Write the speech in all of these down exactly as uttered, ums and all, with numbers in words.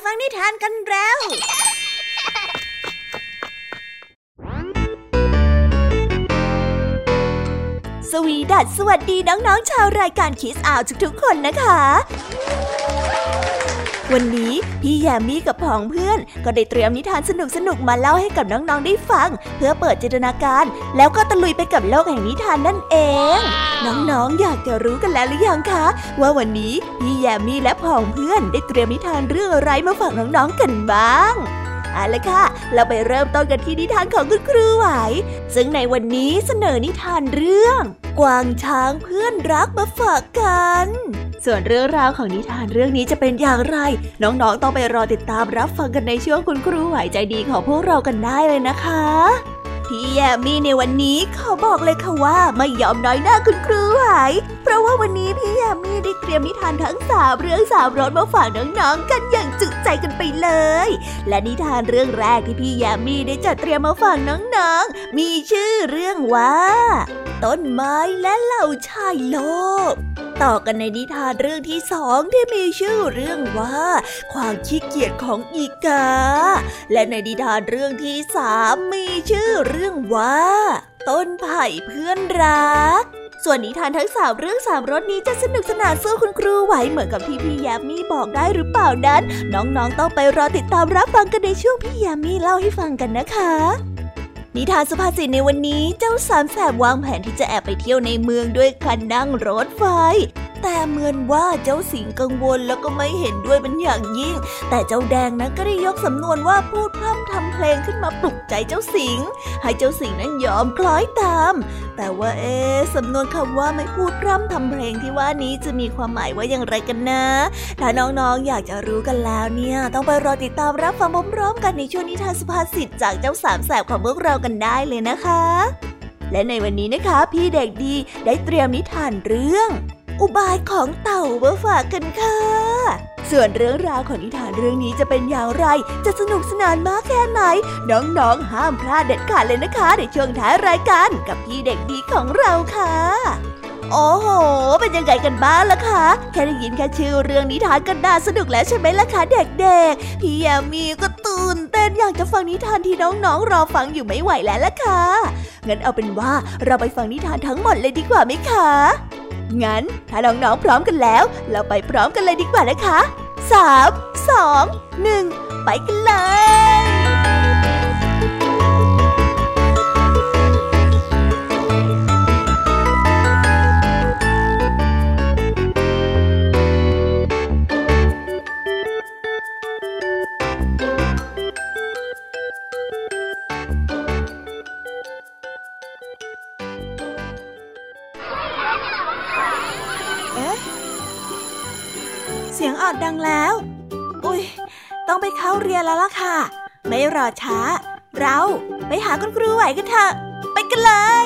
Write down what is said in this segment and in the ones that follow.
ฟังนิทานกันแล้วสวีดัสสวัสดีน้องๆชาวรายการคิสอาวทุกๆคนนะคะวันนี้พี่แยมมี่กับผองเพื่อนก็ได้เตรียมนิทานสนุกๆมาเล่าให้กับน้องๆได้ฟังเพื่อเปิดจินตนาการแล้วก็ตะลุยไปกับโลกแห่งนิทานนั่นเองน้องๆอยากจะรู้กันแล้วหรือยังคะว่าวันนี้พี่แยมมี่และผองเพื่อนได้เตรียมนิทานเรื่องอะไรมาฝากน้องๆกันบ้างเอาล่ะค่ะเราไปเริ่มต้นกันที่นิทานของคุณครูไหวซึ่งในวันนี้เสนอนิทานเรื่องกวางช้างเพื่อนรักมาฝากกันส่วนเรื่องราวของนิทานเรื่องนี้จะเป็นอย่างไรน้องๆต้องไปรอติดตามรับฟังกันในช่วงคุณครูไหวใจดีของพวกเรากันได้เลยนะคะพี่แยมมี่ในวันนี้ขอบอกเลยค่ะว่าไม่ยอมน้อยหน้าคุณครูไหวเพราะว่าวันนี้พี่แยมมี่ได้เตรียมนิทานทั้งสามเรื่องสามรสมาฝากน้องๆกันอย่างจุใจกันไปเลยและนิทานเรื่องแรกที่พี่แยมมี่ได้จัดเตรียมมาฝากน้องๆมีชื่อเรื่องว่าต้นไม้และเหล่าชายโลกต่อกันในนิทานเรื่องที่สองที่มีชื่อเรื่องว่าความขี้เกียจของอีกาและในนิทานเรื่องที่สามมีชื่อเรื่องว่าต้นไผ่เพื่อนรักส่วนนิทานทั้งสามเรื่องสามรสนี้จะสนุกสนานสู้คุณครูไหวเหมือนกับที่พี่แยมมี่บอกได้หรือเปล่านั้นน้องๆต้องไปรอติดตามรับฟังกันในช่วงพี่แยมมี่เล่าให้ฟังกันนะคะนิทานสุภาษิตในวันนี้เจ้าสามแสบวางแผนที่จะแอบไปเที่ยวในเมืองด้วยการนั่งรถไฟแต่เหมือนว่าเจ้าสิงห์กังวลแล้วก็ไม่เห็นด้วยเป็นอย่างยิ่งแต่เจ้าแดงนั้นก็ได้ยกสำนวนว่าพูดพร่ำทำเพลงขึ้นมาปลุกใจเจ้าสิงห์ให้เจ้าสิงห์นั้นยอมคล้อยตามแต่ว่าเอ๊ะสำนวนคำว่าไม่พูดพร่ำทำเพลงที่ว่านี้จะมีความหมายว่าอย่างไรกันนะถ้าน้องๆอยากจะรู้กันแล้วเนี่ยต้องไปรอติดตามรับฟังพร้อมๆกันในช่วงนิทานสุภาษิตจากเจ้าสามแสบของพวกเรากันได้เลยนะคะและในวันนี้นะคะพี่เด็กดีได้เตรียมนิทานเรื่องอุบายของเต่ามาฝากกันค่ะส่วนเรื่องราวของนิทานเรื่องนี้จะเป็นอย่างไรจะสนุกสนานมากแค่ไหนน้องๆห้ามพลาดเด็ดขาดเลยนะคะในช่วงท้ายรายการกับพี่เด็กดีของเราค่ะโอ้โหเป็นยังไงกันบ้างล่ะคะแค่ได้ยินแค่ชื่อเรื่องนิทานก็น่าสนุกแล้วใช่ไหมล่ะคะเด็กๆพี่แยมมี่ก็ตื่นเต้นอยากจะฟังนิทานที่น้องๆรอฟังอยู่ไม่ไหวแล้วล่ะค่ะงั้นเอาเป็นว่าเราไปฟังนิทานทั้งหมดเลยดีกว่าไหมคะงั้นถ้าน้องๆพร้อมกันแล้วเราไปพร้อมกันเลยดีกว่านะคะสาม สอง หนึ่งไปกันเลยเสียงออดดังแล้วอุ๊ยต้องไปเข้าเรียนแล้วล่ะค่ะไม่รอช้าเราไปหาคุณครูไหวกันเถอะไปกันเลย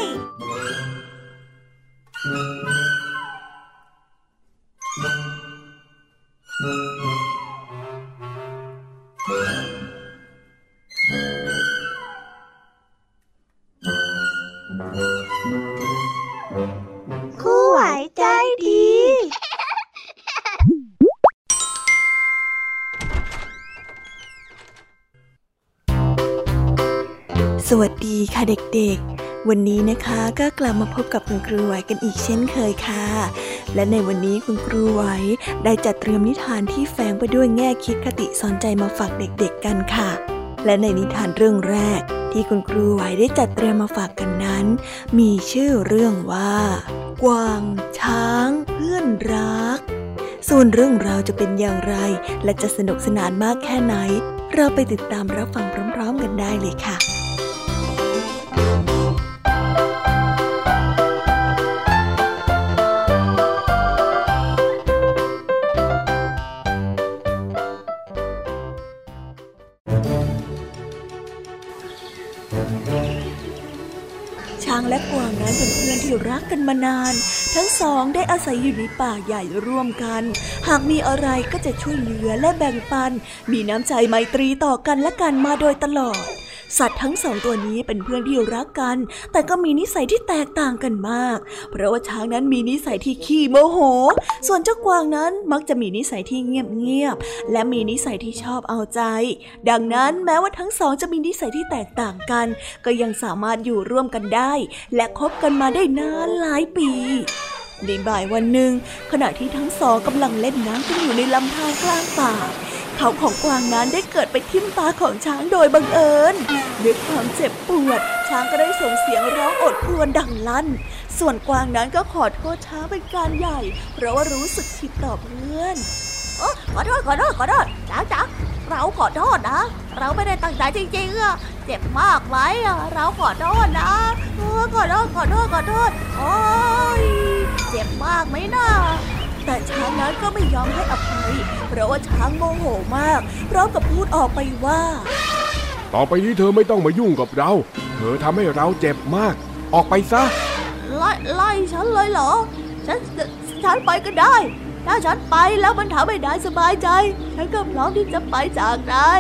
ครูไหวใจดีสวัสดีค่ะเด็กๆวันนี้นะคะก็กลับมาพบกับคุณครูไหวกันอีกเช่นเคยค่ะและในวันนี้คุณครูไหวได้จัดเตรียมนิทานที่แฝงไปด้วยแง่คิดคติสอนใจมาฝากเด็กๆกันค่ะและในนิทานเรื่องแรกที่คุณครูไหวได้จัดเตรียมมาฝากกันนั้นมีชื่อเรื่องว่ากวางช้างเพื่อนรักส่วนเรื่องราวจะเป็นอย่างไรและจะสนุกสนานมากแค่ไหนเราไปติดตามรับฟังพร้อมๆกันได้เลยค่ะช้างและกวางนั้นเป็นเพื่อนที่รักกันมานานทั้งสองได้อาศัยอยู่ในป่าใหญ่ร่วมกันหากมีอะไรก็จะช่วยเหลือและแบ่งปันมีน้ำใจไมตรีต่อกันและกันมาโดยตลอดสัตว์ทั้งสองตัวนี้เป็นเพื่อนที่รักกันแต่ก็มีนิสัยที่แตกต่างกันมากเพราะว่าช้างนั้นมีนิสัยที่ขี้โมโหส่วนเจ้ากวางนั้นมักจะมีนิสัยที่เงียบๆและมีนิสัยที่ชอบเอาใจดังนั้นแม้ว่าทั้งสองจะมีนิสัยที่แตกต่างกันก็ยังสามารถอยู่ร่วมกันได้และคบกันมาได้นานหลายปีในบ่ายวันหนึ่งขณะที่ทั้งสองกำลังเล่นน้ำกันอยู่ในลำธารกลางป่าเขาของกวางนั้นได้เกิดไปทิ่มตาของช้างโดยบังเอิญด้วยความเจ็บปวดช้างก็ได้ส่งเสียงร้องโอดครวญดังลั่นส่วนกวางนั้นก็ขอโทษช้างเป็นการใหญ่เพราะว่ารู้สึกผิดต่อเพื่อนโอ้ขอโทษขอโทษขอโทษช้างจ๋าเราขอโทษนะเราไม่ได้ตั้งใจจริงๆอะเจ็บมากไหมอะเราขอโทษนะโอ้ขอโทษขอโทษขอโทษโอ้ยเจ็บมากไหมนะแต่ช้างนั้นก็ไม่ยอมให้อภัยเพราะว่าช้างโมโหมากพร้อมกับพูดออกไปว่าต่อไปนี้เธอไม่ต้องมายุ่งกับเราเธอทำให้เราเจ็บมากออกไปซะไล่ไล่ฉันเลยเหรอฉันฉันไปก็ได้ถ้าฉันไปแล้วมันทำให้นายสบายใจฉันก็พร้อมที่จะไปจากนาย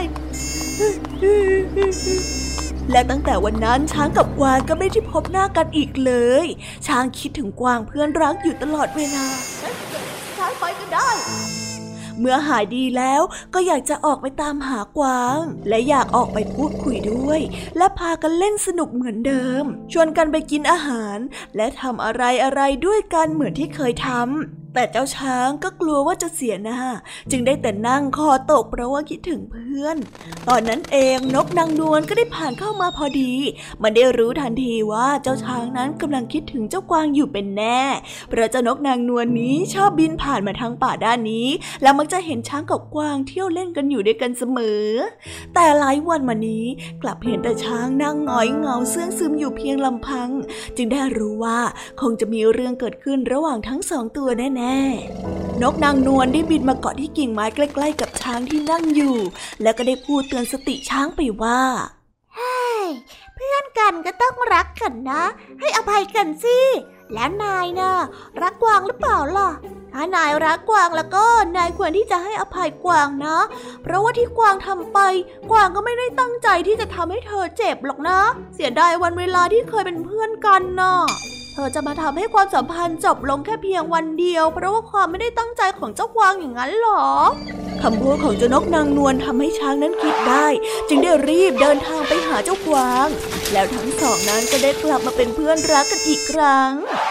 และตั้งแต่วันนั้นช้างกับกวางก็ไม่ได้พบหน้ากันอีกเลยช้างคิดถึงกวางเพื่อนรักอยู่ตลอดเวลาฉันไปก็ได้เมื่อหายดีแล้วก็อยากจะออกไปตามหากวางและอยากออกไปพูดคุยด้วยและพากันเล่นสนุกเหมือนเดิมชวนกันไปกินอาหารและทำอะไรอะไรด้วยกันเหมือนที่เคยทำแต่เจ้าช้างก็กลัวว่าจะเสียหน้าจึงได้แต่นั่งคอตกเพราะว่าคิดถึงเพื่อนตอนนั้นเองนกนางนวลก็ได้ผ่านเข้ามาพอดีมันได้รู้ทันทีว่าเจ้าช้างนั้นกำลังคิดถึงเจ้ากวางอยู่เป็นแน่เพราะเจ้านกนางนวลนี้ชอบบินผ่านมาทางป่าด้านนี้แล้วมักจะเห็นช้างกับกวางเที่ยวเล่นกันอยู่ด้วยกันเสมอแต่หลายวันมานี้กลับเห็นแต่ช้างนั่งหงอยเหงาเสื่องซึมอยู่เพียงลำพังจึงได้รู้ว่าคงจะมีเรื่องเกิดขึ้นระหว่างทั้งสองตัวแน่นกนางนวลได้บินมาเกาะที่กิ่งไม้ใกล้ๆกับช้างที่นั่งอยู่แล้วก็ได้พูดเตือนสติช้างไปว่าเฮ้ยเพื่อนกันก็ต้องรักกันนะให้อภัยกันสิแล้วนายน่ะรักกวางหรือเปล่าล่ะถ้านายรักกวางแล้วก็นายควรที่จะให้อภัยกวางนะเพราะว่าที่กวางทำไปกวางก็ไม่ได้ตั้งใจที่จะทำให้เธอเจ็บหรอกนะเสียดายวันเวลาที่เคยเป็นเพื่อนกันน่ะเธอจะมาทำให้ความสัมพันธ์จบลงแค่เพียงวันเดียวเพราะว่าความไม่ได้ตั้งใจของเจ้ากวางอย่างนั้นหรอคำพูดของเจ้านกนางนวลทำให้ช้างนั้นคิดได้จึงได้รีบเดินทางไปหาเจ้ากวางแล้วทั้งสองนั้นก็ได้กลับมาเป็นเพื่อนรักกันอีกครั้ง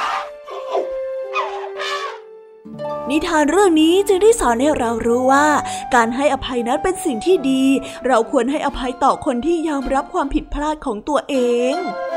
นิทานเรื่องนี้จึงได้สอนให้เรารู้ว่าการให้อภัยนั้นเป็นสิ่งที่ดีเราควรให้อภัยต่อคนที่ยอมรับความผิดพลาดของตัวเอง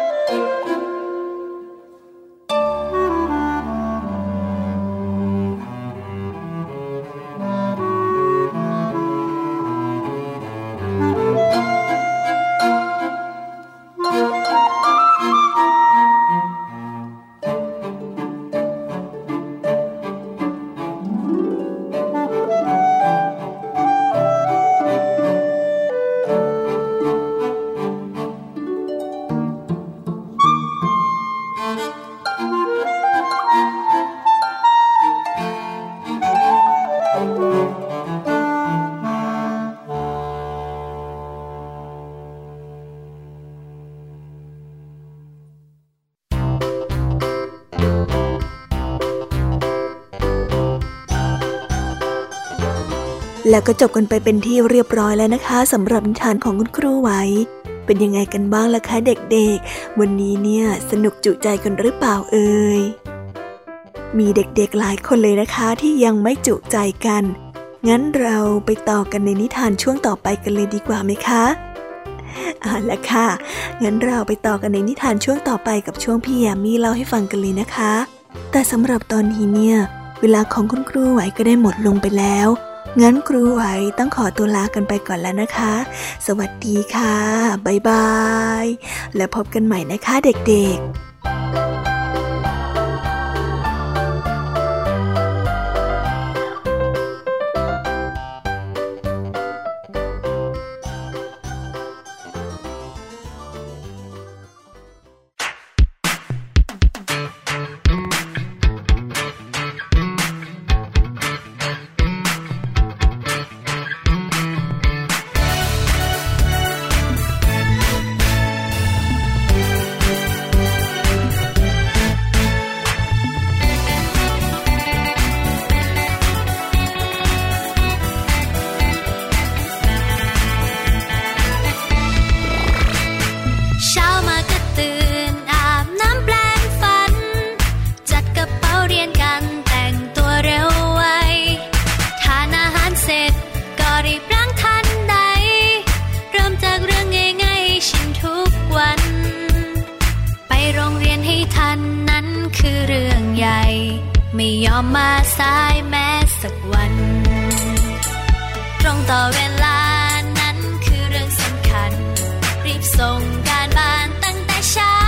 แล้วก็จบกันไปเป็นที่เรียบร้อยแล้วนะคะสำหรับนิทานของคุณครูไหวเป็นยังไงกันบ้างล่ะคะเด็กๆวันนี้เนี่ยสนุกจุใจกันหรือเปล่าเอ่ยมีเด็กๆหลายคนเลยนะคะที่ยังไม่จุใจกันงั้นเราไปต่อกันในนิทานช่วงต่อไปกันเลยดีกว่าไหมคะเอาล่ะค่ะงั้นเราไปต่อกันในนิทานช่วงต่อไปกับช่วงพี่ยามีเล่าให้ฟังกันเลยนะคะแต่สำหรับตอนนี้เนี่ยเวลาของคุณครูไหวก็ได้หมดลงไปแล้วงั้นครูไหวต้องขอตัวลากันไปก่อนแล้วนะคะสวัสดีค่ะบ๊ายบายแล้วพบกันใหม่นะคะเด็กๆรีบล้างทันใดเริ่มจากเรื่องง่ายๆให้ชินทุกวันไปโรงเรียนให้ทันนั้นคือเรื่องใหญ่ไม่ยอมมาสายแม้สักวันตรงต่อเวลานั้นคือเรื่องสำคัญรีบส่งการบ้านตั้งแต่เช้า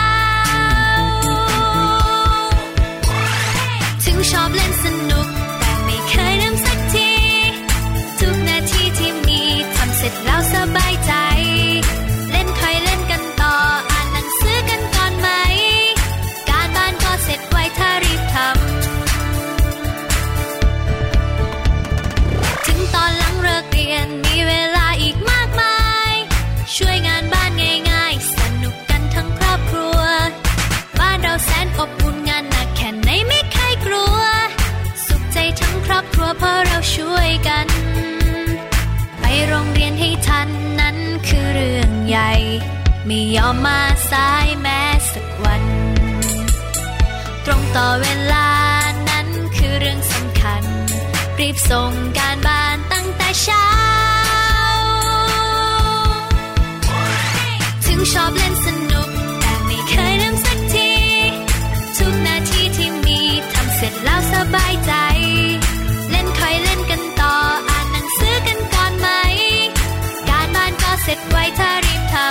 ถึงชอบเล่นสนุกแต่ไม่เคยลืมสักทีทุกนาทีที่มีทำเสร็จแล้วสบายใจเล่นค่อยเล่นกันต่ออ่านหนังสือกันก่อนไหมการบ้านก็เสร็จไวถ้ารีบทำถึงตอนหลังเลิกเรียนมีเวลาอีกมากมายช่วยงานบ้านง่ายๆสนุกกันทั้งครอบครัวบ้านเราแสนอบอุ่นงานหนักแค่ไหนไม่เคยกลัวสุขใจทั้งครอบครัวเพราะเราช่วยกันไปโรงเรียนให้ทันนั้นคือเรื่องใหญ่ไม่ยอมมาสายแม้สักวันตรงต่อเวลานั้นคือเรื่องสำคัญรีบส่งการบ้านตั้งแต่เช้าถึงชอบเล่นสนุกแต่ไม่เคยลืมสักทีทุกนาทีที่มีทำเสร็จแล้วสบายใจเล่นค่อยเล่นกันต่ออ่านหนังสือกันก่อนไหมการบ้านก็เสร็จไวถ้ารีบทำ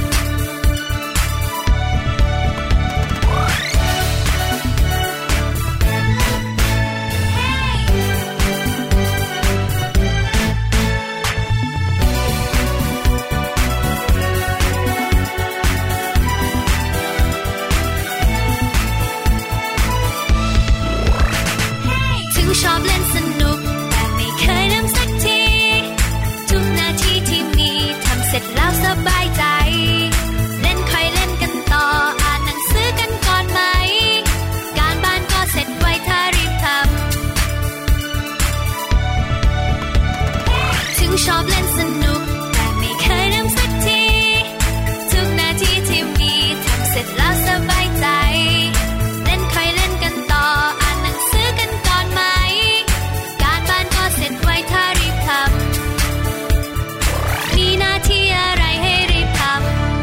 ชอบเล่นสนุกแต่ไม่เคยลืมสักทีทุกนาทีที่มีทำเสร็จแล้วสบายใจเล่นค่อยเล่นกันต่ออ่านหนังสือกันก่อนไหมการบ้านก็เสร็จไวถ้ารีบทำถึงชอบเล่นสนุกแต่ไม่เคยลืมสักทีทุกนาทีที่มีทำเสร็จแล้วสบายใจเล่นค่อยเล่นกันต่ออ่านหนังสือกันก่อนไหมการบ้านก็เสร็จไวถ้ารีบทำมีหน้าที่อะไรให้รีบทำ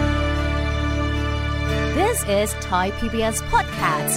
This is Thai พี บี เอส Podcast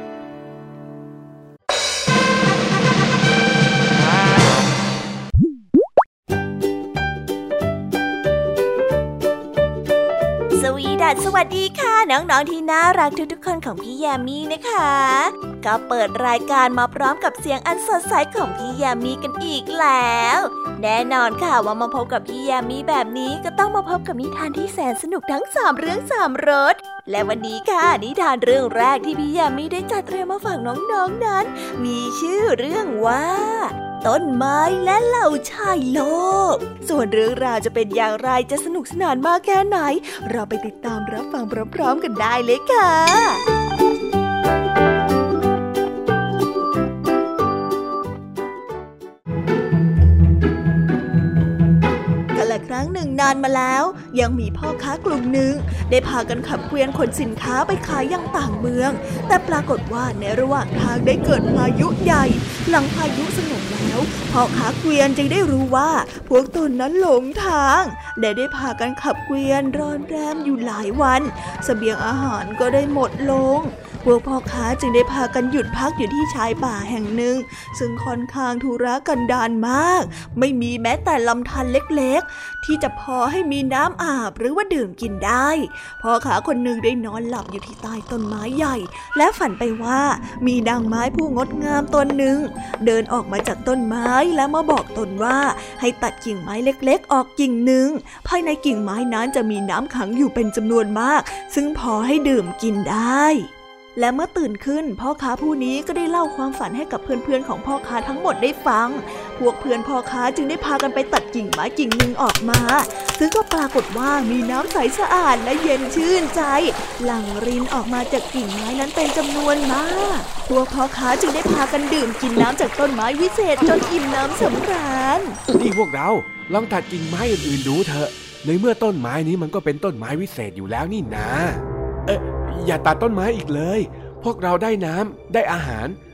สวีดัสสวัสดีค่ะน้องๆที่น่ารักทุกๆคนของพี่ยามีนะคะก็เปิดรายการมาพร้อมกับเสียงอันสดใสของพี่ยามีกันอีกแล้วแน่นอนค่ะว่ามาพบกับพี่ยามีแบบนี้ก็ต้องมาพบกับนิทานที่แสนสนุกทั้งสามเรื่องสามรสและวันนี้ค่ะนิทานเรื่องแรกที่พี่ยามีได้จัดเตรียมมาฝากน้องๆนั้นมีชื่อเรื่องว่าต้นไม้และเหล่าชายโลกส่วนเรื่องราวจะเป็นอย่างไรจะสนุกสนานมากแค่ไหนเราไปติดตามรับฟังพร้อมๆกันได้เลยค่ะครั้งหนึ่งนานมาแล้วยังมีพ่อค้ากลุ่มหนึ่งได้พากันขับเกวียนขนสินค้าไปขายยังต่างเมืองแต่ปรากฏว่าในระหว่างทางได้เกิดพายุใหญ่หลังพายุสงบแล้วพ่อค้าเกวียนจึงได้รู้ว่าพวกตนนั้นหลงทางและได้พากันขับเกวียนร่อนแรมอยู่หลายวันเสบียงอาหารก็ได้หมดลงพวกพ่อค้าจึงได้พากันหยุดพักอยู่ที่ชายป่าแห่งหนึ่งซึ่งค่อนข้างทุรกันดารมากไม่มีแม้แต่ลำธารเล็กๆที่จะพอให้มีน้ำอาบหรือว่าดื่มกินได้พ่อค้าคนหนึ่งได้นอนหลับอยู่ที่ใต้ต้นไม้ใหญ่และฝันไปว่ามีนางไม้ผู้งดงามตนหนึ่งเดินออกมาจากต้นไม้และมาบอกตนว่าให้ตัดกิ่งไม้เล็กๆออกกิ่งหนึ่งภายในกิ่งไม้นั้นจะมีน้ำขังอยู่เป็นจำนวนมากซึ่งพอให้ดื่มกินได้และเมื่อตื่นขึ้นพ่อค้าผู้นี้ก็ได้เล่าความฝันให้กับเพื่อนๆของพ่อค้าทั้งหมดได้ฟังพวกเพื่อนพ่อค้าจึงได้พากันไปตัดกิ่งไม้กิ่งหนึ่งออกมาซึ่งก็ปรากฏว่ามีน้ำใสสะอาดและเย็นชื่นใจหลั่งรินออกมาจากกิ่งไม้นั้นเป็นจำนวนมากพวกพ่อค้าจึงได้พากันดื่มกินน้ำจากต้นไม้วิเศษจนอิ่มน้ำสำราญนี่พวกเราลองตัดกิ่งไม้อื่นๆดูเถอะในเมื่อต้นไม้นี้มันก็เป็นต้นไม้วิเศษอยู่แล้วนี่นะเอ๊ะอย่าตัดต้นไม้อีกเลยพวกเราได้น้ำได้อาหาร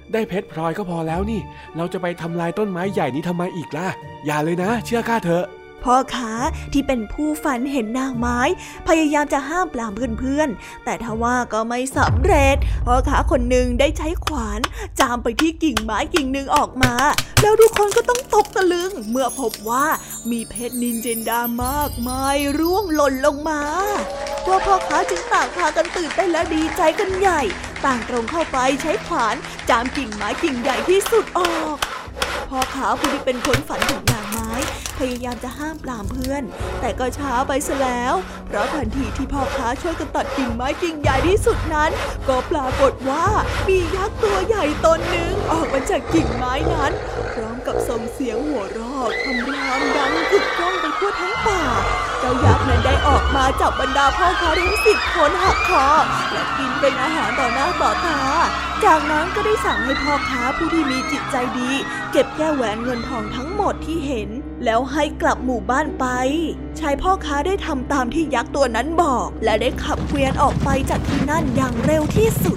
ได้เพชรพลอยก็พอแล้วนี่เราจะไปทำลายต้นไม้ใหญ่นี้ทำไมอีกล่ะอย่าเลยนะเชื่อข้าเถอะพ่อค้าที่เป็นผู้ฝันเห็นนางไม้พยายามจะห้ามปรามเพื่อนๆแต่ทว่าก็ไม่สำเร็จพ่อค้าคนหนึ่งได้ใช้ขวานจามไปที่กิ่งไม้กิ่งหนึ่งออกมาแล้วทุกคนก็ต้องตกตะลึงเมื่อพบว่ามีเพชรนินจินดามากมายร่วงหล่นลงมาพวกพ่อค้าจึงต่างพากันตื่นเต้นและดีใจกันใหญ่ต่างตรงเข้าไปใช้ขวานจามกิ่งไม้กิ่งใหญ่ที่สุดออกพ่อค้าผู้ที่เป็นคนฝันถึงนางไม้พยายามจะห้ามปรามเพื่อนแต่ก็ช้าไปซะแล้วเพราะทันทีที่พ่อค้าช่วยกันตัดกิ่งไม้กิ่งใหญ่ที่สุดนั้นก็ปรากฏว่ามียักษ์ตัวใหญ่ตนหนึ่งออกมาจากกิ่งไม้นั้นพร้อมกับส่งเสียงหัวเราะคำรามดังกึกก้องไปทั่วทั้งป่าเจ้ายักษ์นั้นได้ออกมาจับบรรดาพ่อค้าทั้งสิบคนหักคอและกินเป็นอาหารต่อหน้าต่อตาจากนั้นก็ได้สั่งให้พ่อค้าผู้ที่มีจิตใจดีเก็บแก้วแหวนเงินทองทั้งหมดที่เห็นแล้วให้กลับหมู่บ้านไปชายพ่อค้าได้ทำตามที่ยักษ์ตัวนั้นบอกและได้ขับเกวียนออกไปจากที่นั่นอย่างเร็วที่สุด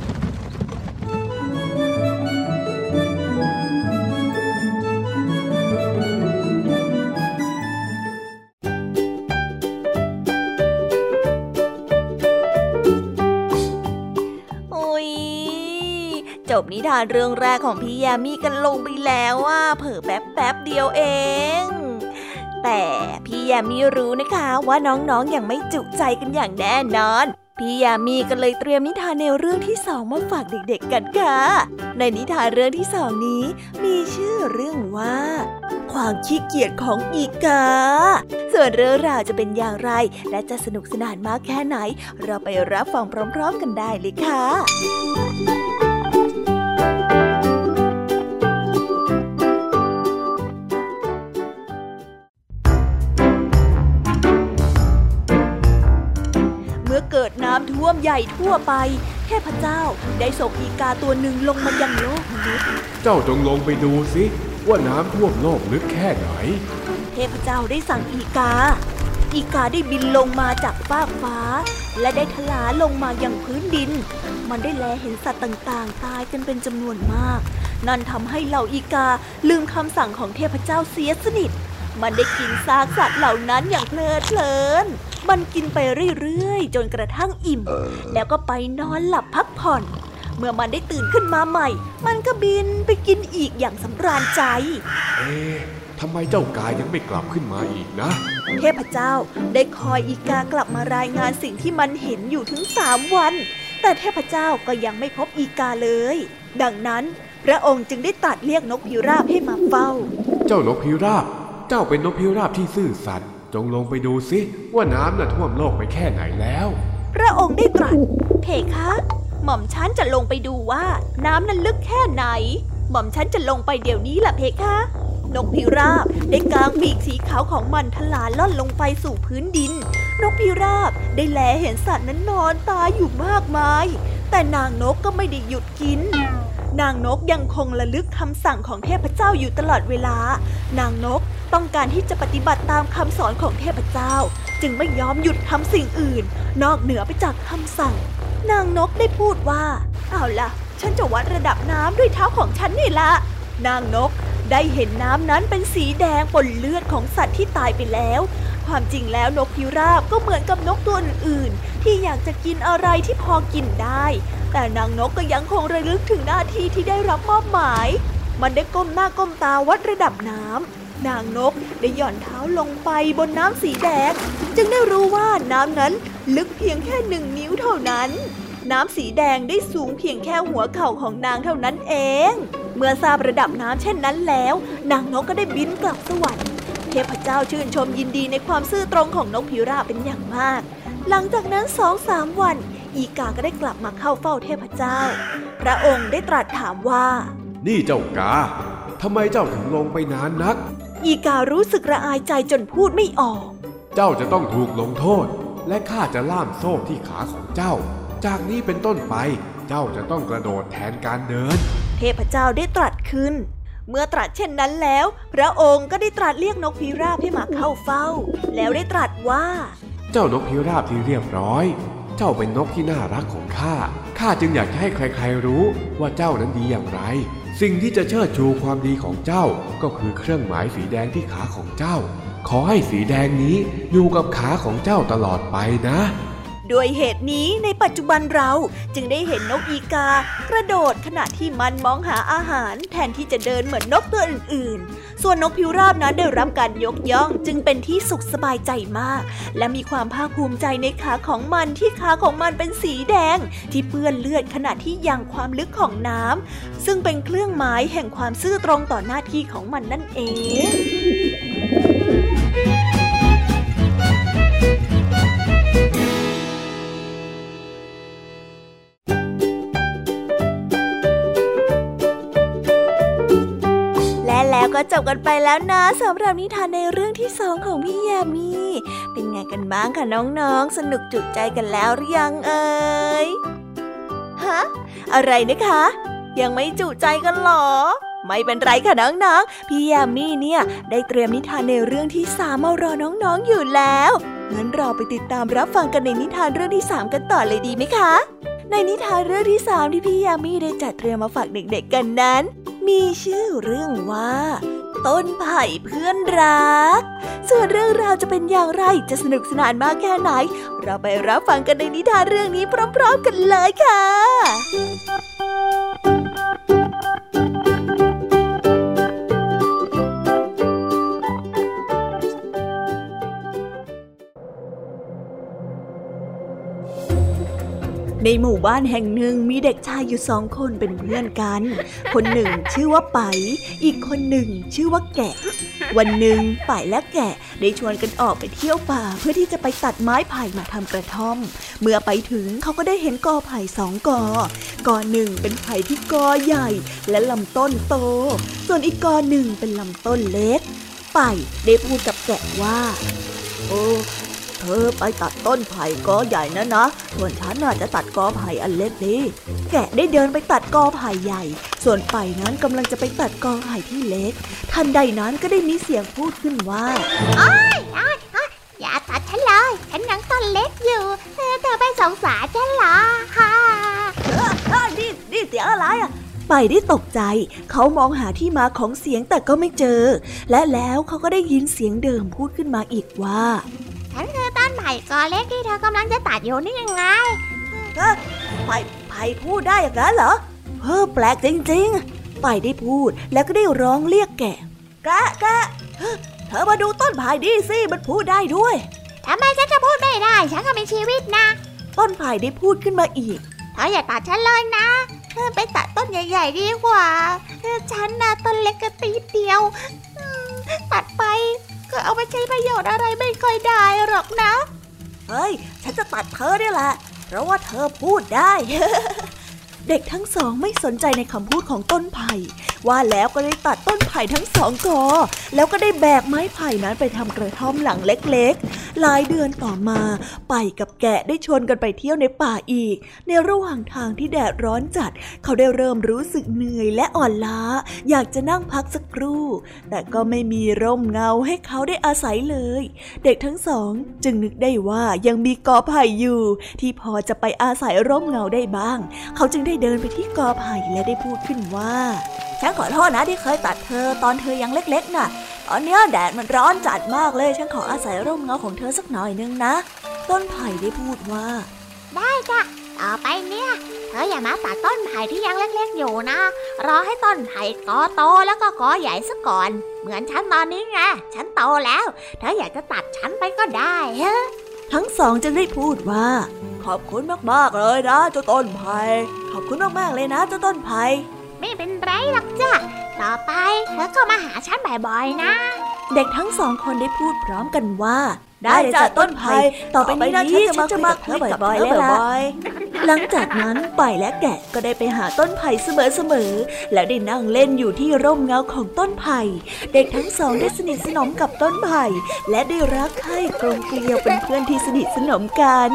จบนิทานเรื่องแรกของพี่ยามีกันลงไปแล้วว่าเผลอแป๊บแป๊บเดียวเองแต่พี่ยามีรู้นะคะว่าน้องๆ ยังไม่จุใจกันอย่างแน่นอนพี่ยามีก็เลยเตรียมนิทานแนวเรื่องที่สองมาฝากเด็กๆกันค่ะในนิทานเรื่องที่สองนี้มีชื่อเรื่องว่าความขี้เกียจของอีกาส่วนเรื่องราวจะเป็นอย่างไรและจะสนุกสนานมากแค่ไหนเราไปรับฟังพร้อมๆกันได้เลยค่ะเมื่อเกิดน้ำท่วมใหญ่ทั่วไปเทพเจ้าได้ส่งอีกาตัวหนึ่งลงมายังโลกมนุษย์เจ้าจงลงไปดูสิว่าน้ำท่วมโลกลึกแค่ไหนเทพเจ้าได้สั่งอีกาอีกาได้บินลงมาจากฟากฟ้าและได้ทลาลงมายังพื้นดินมันได้แลเห็นสัตว์ต่างๆตายกันเป็นจำนวนมากนั่นทำให้เหล่าอีกาลืมคำสั่งของเทพเจ้าเสียสนิทมันได้กินซากสัตว์เหล่านั้นอย่างเพลิดเพลินมันกินไปเรื่อยๆจนกระทั่งอิ่มแล้วก็ไปนอนหลับพักผ่อนเมื่อมันได้ตื่นขึ้นมาใหม่มันก็บินไปกินอีกอย่างสำราญใจเอ๊ะทำไมเจ้ากายังไม่กลับขึ้นมาอีกนะเทพเจ้าได้คอยอีกากลับมารายงานสิ่งที่มันเห็นอยู่ถึงสามวันแต่เทพเจ้าก็ยังไม่พบอีกาเลยดังนั้นพระองค์จึงได้ตรัสเรียกนกพิราบให้มาเฝ้าเจ้านกพิราบเจ้าเป็นนกพิราบที่ซื่อสัตย์จงลงไปดูสิว่าน้ำน่ะท่วมโลกไปแค่ไหนแล้วพระองค์ได้ตรัสเพคะหม่อมฉันจะลงไปดูว่าน้ำนั้นลึกแค่ไหนหม่อมฉันจะลงไปเดี๋ยวนี้ล่ะเพคะนกพิราบได้กางปีกสีขาวของมันทลาล่อนลงไปสู่พื้นดินนกพิราบได้แลเห็นสัตว์นั้นนอนตายอยู่มากมายแต่นางนกก็ไม่ได้หยุดกินนางนกยังคงระลึกคำสั่งของเทพเจ้าอยู่ตลอดเวลานางนกต้องการที่จะปฏิบัติตามคำสอนของเทพเจ้าจึงไม่ยอมหยุดทำสิ่งอื่นนอกเหนือไปจากคำสั่งนางนกได้พูดว่าเอาล่ะฉันจะวัดระดับน้ำด้วยเท้าของฉันนี่ละนางนกได้เห็นน้ำนั้นเป็นสีแดงปนเลือดของสัตว์ที่ตายไปแล้วความจริงแล้วนกพิราบก็เหมือนกับนกตัวอื่นๆที่อยากจะกินอะไรที่พอกินได้แต่นางนกก็ยังคงระลึกถึงหน้าที่ที่ได้รับมอบหมายมันได้ก้มหน้าก้มตาวัดระดับน้ำนางนกได้หย่อนเท้าลงไปบนน้ำสีแดงจึงได้รู้ว่าน้ำนั้นลึกเพียงแค่หนึ่งนิ้วเท่านั้นน้ำสีแดงได้สูงเพียงแค่หัวเข่าของนางเท่านั้นเองเมื่อทราบระดับน้ำเช่นนั้นแล้วนางนกก็ได้บินกลับสวรรค์เทพเจ้าชื่นชมยินดีในความซื่อตรงของนกพิราบเป็นอย่างมากหลังจากนั้น สองสาม วันอีกาก็ได้กลับมาเข้าเฝ้าเทพเจ้าพระองค์ได้ตรัสถามว่านี่เจ้ากาทำไมเจ้าถึงลงไปนานนักอีการู้สึกระอายใจจนพูดไม่ออกเจ้าจะต้องถูกลงโทษและข้าจะล่ามโซ่ที่ขาของเจ้าจากนี้เป็นต้นไปเจ้าจะต้องกระโดดแทนการเดินเทพเจ้าได้ตรัสขึ้นเมื่อตรัสเช่นนั้นแล้วพระองค์ก็ได้ตรัสเรียกนกพิราบให้มาเข้าเฝ้าแล้วได้ตรัสว่าเจ้านกพิราบที่เรียบร้อยเจ้าเป็นนกที่น่ารักของข้าข้าจึงอยากให้ใครๆรู้ว่าเจ้านั้นดีอย่างไรสิ่งที่จะเชิดชูความดีของเจ้าก็คือเครื่องหมายสีแดงที่ขาของเจ้าขอให้สีแดงนี้อยู่กับขาของเจ้าตลอดไปนะด้วยเหตุนี้ในปัจจุบันเราจึงได้เห็นนกอีกากระโดดขณะที่มันมองหาอาหารแทนที่จะเดินเหมือนนกตัวอื่นๆส่วนนกพิราบนั้นได้รับการยกย่องจึงเป็นที่สุขสบายใจมากและมีความภาคภูมิใจในขาของมันที่ขาของมันเป็นสีแดงที่เปื้อนเลือดขณะที่ยังความลึกของน้ำซึ่งเป็นเครื่องหมายแห่งความซื่อตรงต่อหน้าที่ของมันนั่นเองแล้วก็จบกันไปแล้วนะสำหรับนิทานในเรื่องที่สองของพี่ยามีเป็นไงกันบ้างคะน้องๆสนุกจุใจกันแล้วหรือยังเอ่ยฮะอะไรนะคะยังไม่จุใจกันหรอไม่เป็นไรค่ะน้องๆพี่ยามีเนี่ยได้เตรียมนิทานในเรื่องที่สามมารอน้องๆอยู่แล้วงั้นเราไปติดตามรับฟังกันในนิทานเรื่องที่สามกันต่อเลยดีไหมคะในนิทานเรื่องที่สามที่พี่ยามีได้จัดเตรียมมาฝากเด็กๆกันนั้นมีชื่อเรื่องว่าต้นไผ่เพื่อนรักส่วนเรื่องราวจะเป็นอย่างไรจะสนุกสนานมากแค่ไหนเราไปรับฟังกันในนิทานเรื่องนี้พร้อมๆกันเลยค่ะในหมู่บ้านแห่งหนึ่งมีเด็กชายอยู่สองคนเป็นเพื่อนกันคนหนึ่งชื่อว่าไปอีกคนหนึ่งชื่อว่าแกะวันหนึ่งไปและแกะได้ชวนกันออกไปเที่ยวป่าเพื่อที่จะไปตัดไม้ไผ่มาทำกระท่อมเมื่อไปถึงเขาก็ได้เห็นกอไผ่สองกอกอหนึ่งเป็นไผ่ที่กอใหญ่และลำต้นโตส่วนอีกกอหนึ่งเป็นลำต้นเล็กไปได้พูดกับแกะว่าโอ้เธอไปตัดต้นไผ่กอใหญ่นะนะส่วนฉันน่ะจะตัดกอไผ่อันเล็กนี่แกะได้เดินไปตัดกอไผ่ใหญ่ส่วนไปนั้นกำลังจะไปตัดกอไผ่ที่เล็กทันใดนั้นก็ได้มีเสียงพูดขึ้นว่าโอ๊ยโอ๊ยโอ๊ยอย่าตัดฉันเลยฉันยังต้นเล็กอยู่เธอเธอไปสงสารฉันเหรอฮ่าเออเออนี่นี่เสียงอะไรอ่ะไปได้ตกใจเขามองหาที่มาของเสียงแต่ก็ไม่เจอและแล้วเขาก็ได้ยินเสียงเดิมพูดขึ้นมาอีกว่าฉันคือต้นไผ่กอเล็กที่เธอกำลังจะตัดอยู่นี่ยังไงเฮ้ยไผ่ไผ่พูดได้อย่างนั้นเหรอเฮ้อแปลกจริงๆไผ่ได้พูดแล้วก็ได้ร้องเรียกแกะแกะแกะเธอมาดูต้นไผ่ดิสิมันพูดได้ด้วยทำไมฉันจะพูดไม่ได้ฉันก็มีชีวิตนะต้นไผ่ได้พูดขึ้นมาอีกเธออย่าตัดฉันเลยนะไปตัดต้นใหญ่ๆดีกว่าฉันน่ะต้นเล็กกระตีเดียวตัดไปก็เอาไปใช้ประโยชน์อะไรไม่ค่อยได้หรอกนะเฮ้ยฉันจะตัดเธอนี่แหละเพราะว่าเธอพูดได้ เด็กทั้งสองไม่สนใจในคำพูดของต้นไผ่ว่าแล้วก็ได้ตัดต้นไผ่ทั้งสองกอแล้วก็ได้แบกไม้ไผ่นั้นไปทำกระท่อมหลังเล็กๆหลายเดือนต่อมาไปกับแกะได้ชวนกันไปเที่ยวในป่าอีกในระหว่างทางที่แดดร้อนจัดเขาได้เริ่มรู้สึกเหนื่อยและอ่อนล้าอยากจะนั่งพักสักครู่แต่ก็ไม่มีร่มเงาให้เขาได้อาศัยเลยเด็กทั้งสองจึงนึกได้ว่ายังมีกอไผ่อยู่ที่พอจะไปอาศัยร่มเงาได้บ้างเขาจึงได้เดินไปที่กอไผ่และได้พูดขึ้นว่าฉันขอโทษนะที่เคยตัดเธอตอนเธอยังเล็กๆน่ะตอนนี้แดดมันร้อนจัดมากเลยฉันขออาศัยร่มเงาของเธอสักหน่อยนึงนะต้นไผ่ได้พูดว่าได้จ้ะต่อไปเนี่ยเธออย่ามาตัดต้นไผ่ที่ยังเล็กๆอยู่นะรอให้ต้นไผ่กอโตแล้วก็กอใหญ่ซะก่อนเหมือนฉันตอนนี้ไงฉันโตแล้วเธออยากจะตัดฉันไปก็ได้ฮะทั้งสองจึงได้พูดว่าขอบคุณมากๆเลยนะเจ้าต้นไผ่ขอบคุณมากๆเลยนะเจ้าต้นไผ่ไม่เป็นไรหรอกจ้ะต่อไปเธอก็มาหาฉันบ่อยๆนะเด็กทั้งสองคนได้พูดพร้อมกันว่าได้จ้ะต้นไผ่ต่อไปนี้นะฉันจะมาคุยกับเธอบ่อยๆแล้วล่ะหลังจากนั้นไปและแกะก็ได้ไปหาต้นไผ่เสมอๆแล้วได้นั่งเล่นอยู่ที่ร่มเงาของต้นไผ่เด็กทั้งสองได้สนิทสนมกับต้นไผ่และได้รักใคร่กลมเกลียวเป็นเพื่อนที่สนิทสนมกัน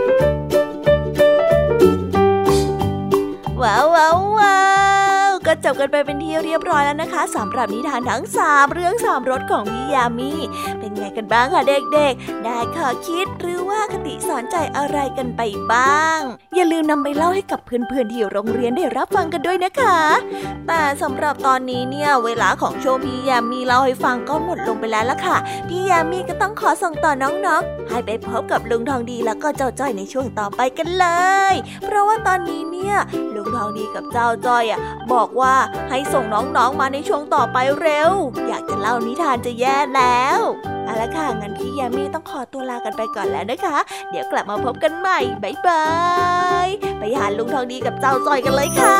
ว้าวว้าวว้าวก็จบกันไปเป็นที่เรียบร้อยแล้วนะคะสำหรับนิทานทั้งสามเรื่องสามรสของพี่ยามีเป็นไงกันบ้างคะเด็กๆได้ข้อคิดหรือว่าคติสอนใจอะไรกันไปบ้างอย่าลืมนำไปเล่าให้กับเพื่อนๆที่โรงเรียนได้รับฟังกันด้วยนะคะแต่สำหรับตอนนี้เนี่ยเวลาของโชว์พี่ยามีเล่าให้ฟังก็หมดลงไปแล้วล่ะค่ะพี่ยามีก็ต้องขอส่งต่อน้องๆให้ไปพบกับลุงทองดีแล้วก็เจ้าจ้อยในช่วงต่อไปกันเลยเพราะว่าตอนนี้เนี่ยลุงทองดีกับเจ้าจ้อยอ่ะบอกว่าให้ส่งน้องๆมาในช่วงต่อไปเร็วอยากจะเล่านิทานจะแย่แล้วเอาละค่ะงั้นพี่ยามีต้องขอตัวลากันไปก่อนแล้วนะคะเดี๋ยวกลับมาพบกันใหม่บ๊ายบายไปหาลุงทองดีกับเจ้าจ้อยกันเลยค่ะ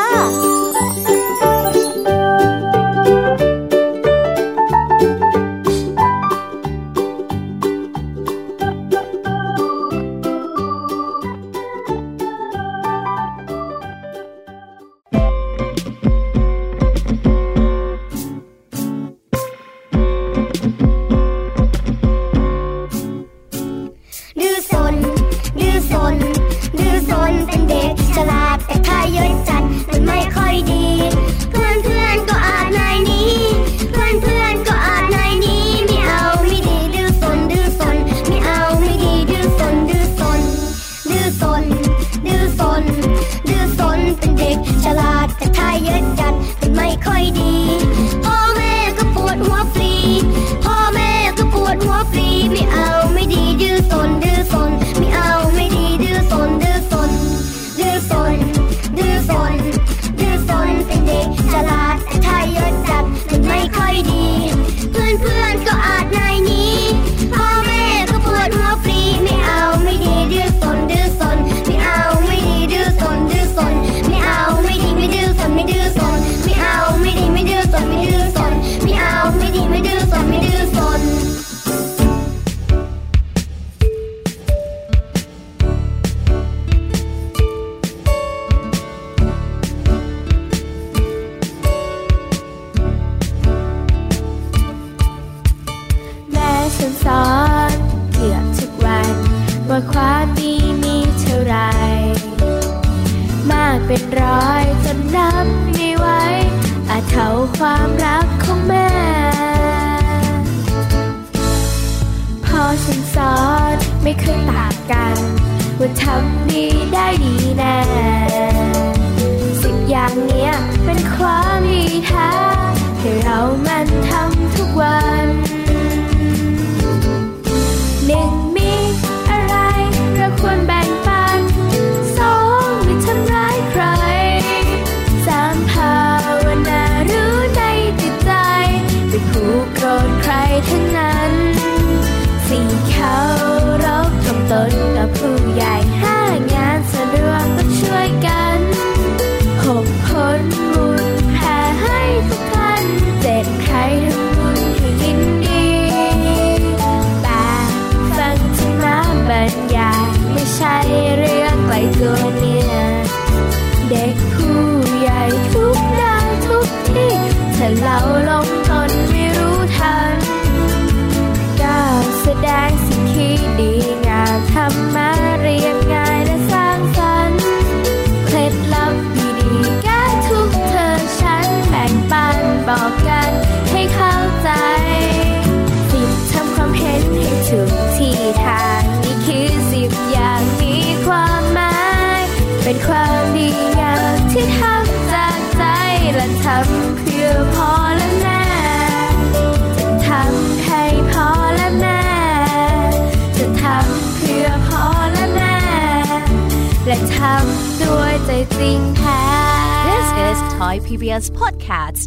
This is Thai พี บี เอส Podcast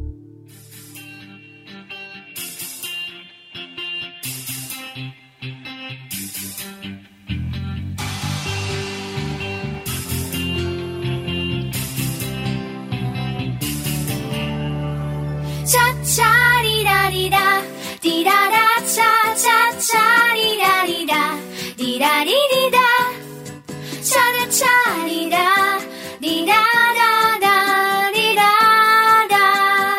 cha cha di da di da di da da cha cha cha di da di da di da di di da cha da cha di da di da da da di da da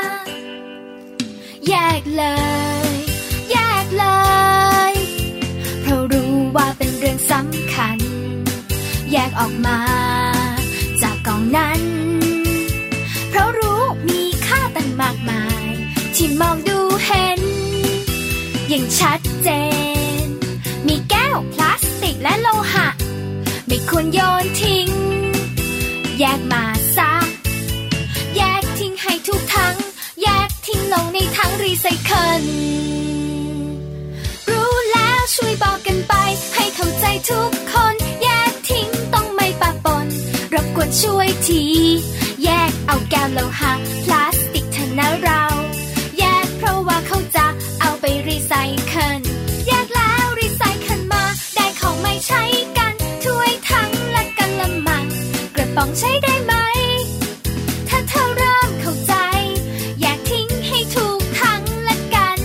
แยกเลยแยกเลยเพราะรู้ว่าเป็นเรื่องสำคัญแยกออกมาจากกองนั้นเพราะรู้มีชัดเจนมีแก้วพลาสติกและโลหะไม่ควรโยนทิ้งแยกมาซะแยกทิ้งให้ทุกถังแยกทิ้งลงในถังรีไซเคิลรู้แล้วช่วยบอกกันไปให้เข้าใจทุกคนแยกทิ้งต้องไม่ปะปนรบกวนช่วยทีแยกเอาแก้วโลหะพลาสติกเถอะนะเราแยกเพราะว่าเขาจะเอาไปรีไซเคิลแยกแล้วรีไซเคิลมาได้ของไม่ใช้กันถ้วยถังและกะละมังกระป๋องใช้ได้ไหมถ้าเธอเริ่มเข้าใจแยกทิ้งให้ถูกถังละกัน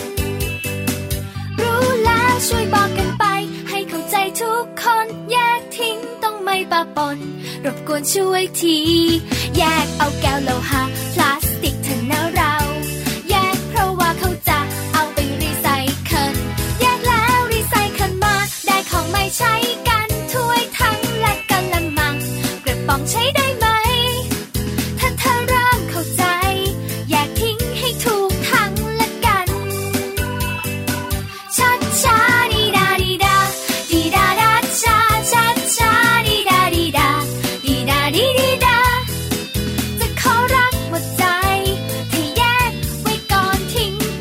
รู้แล้วช่วยบอกกันไปให้เข้าใจทุกคนแยกทิ้งต้องไม่ปะปนรบกวนช่วยทีแยกเอาแก้วโลหะพลาสติกเถอะนะเราแยกเพราะว่าเขาจะเอาไปรีไซเคิลแยกแล้วรีไซเคิลมาได้ของไม่ใช้กันถ้วยถังและกะละมังกระป๋องใช้ได้ไหมถ้าเธอเริ่มเข้าใจแยกทิ้งให้ถูกถังละกันชัดช้าดีดาดีดาดีดาดาช้าชัดช้าดีดาดีดาดีดาดีดีดาจะขอรักหมดใจที่แยกไว้ก่อนทิ้งไป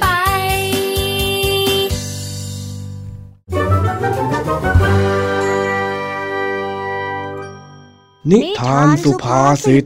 นิทานสุภาษิต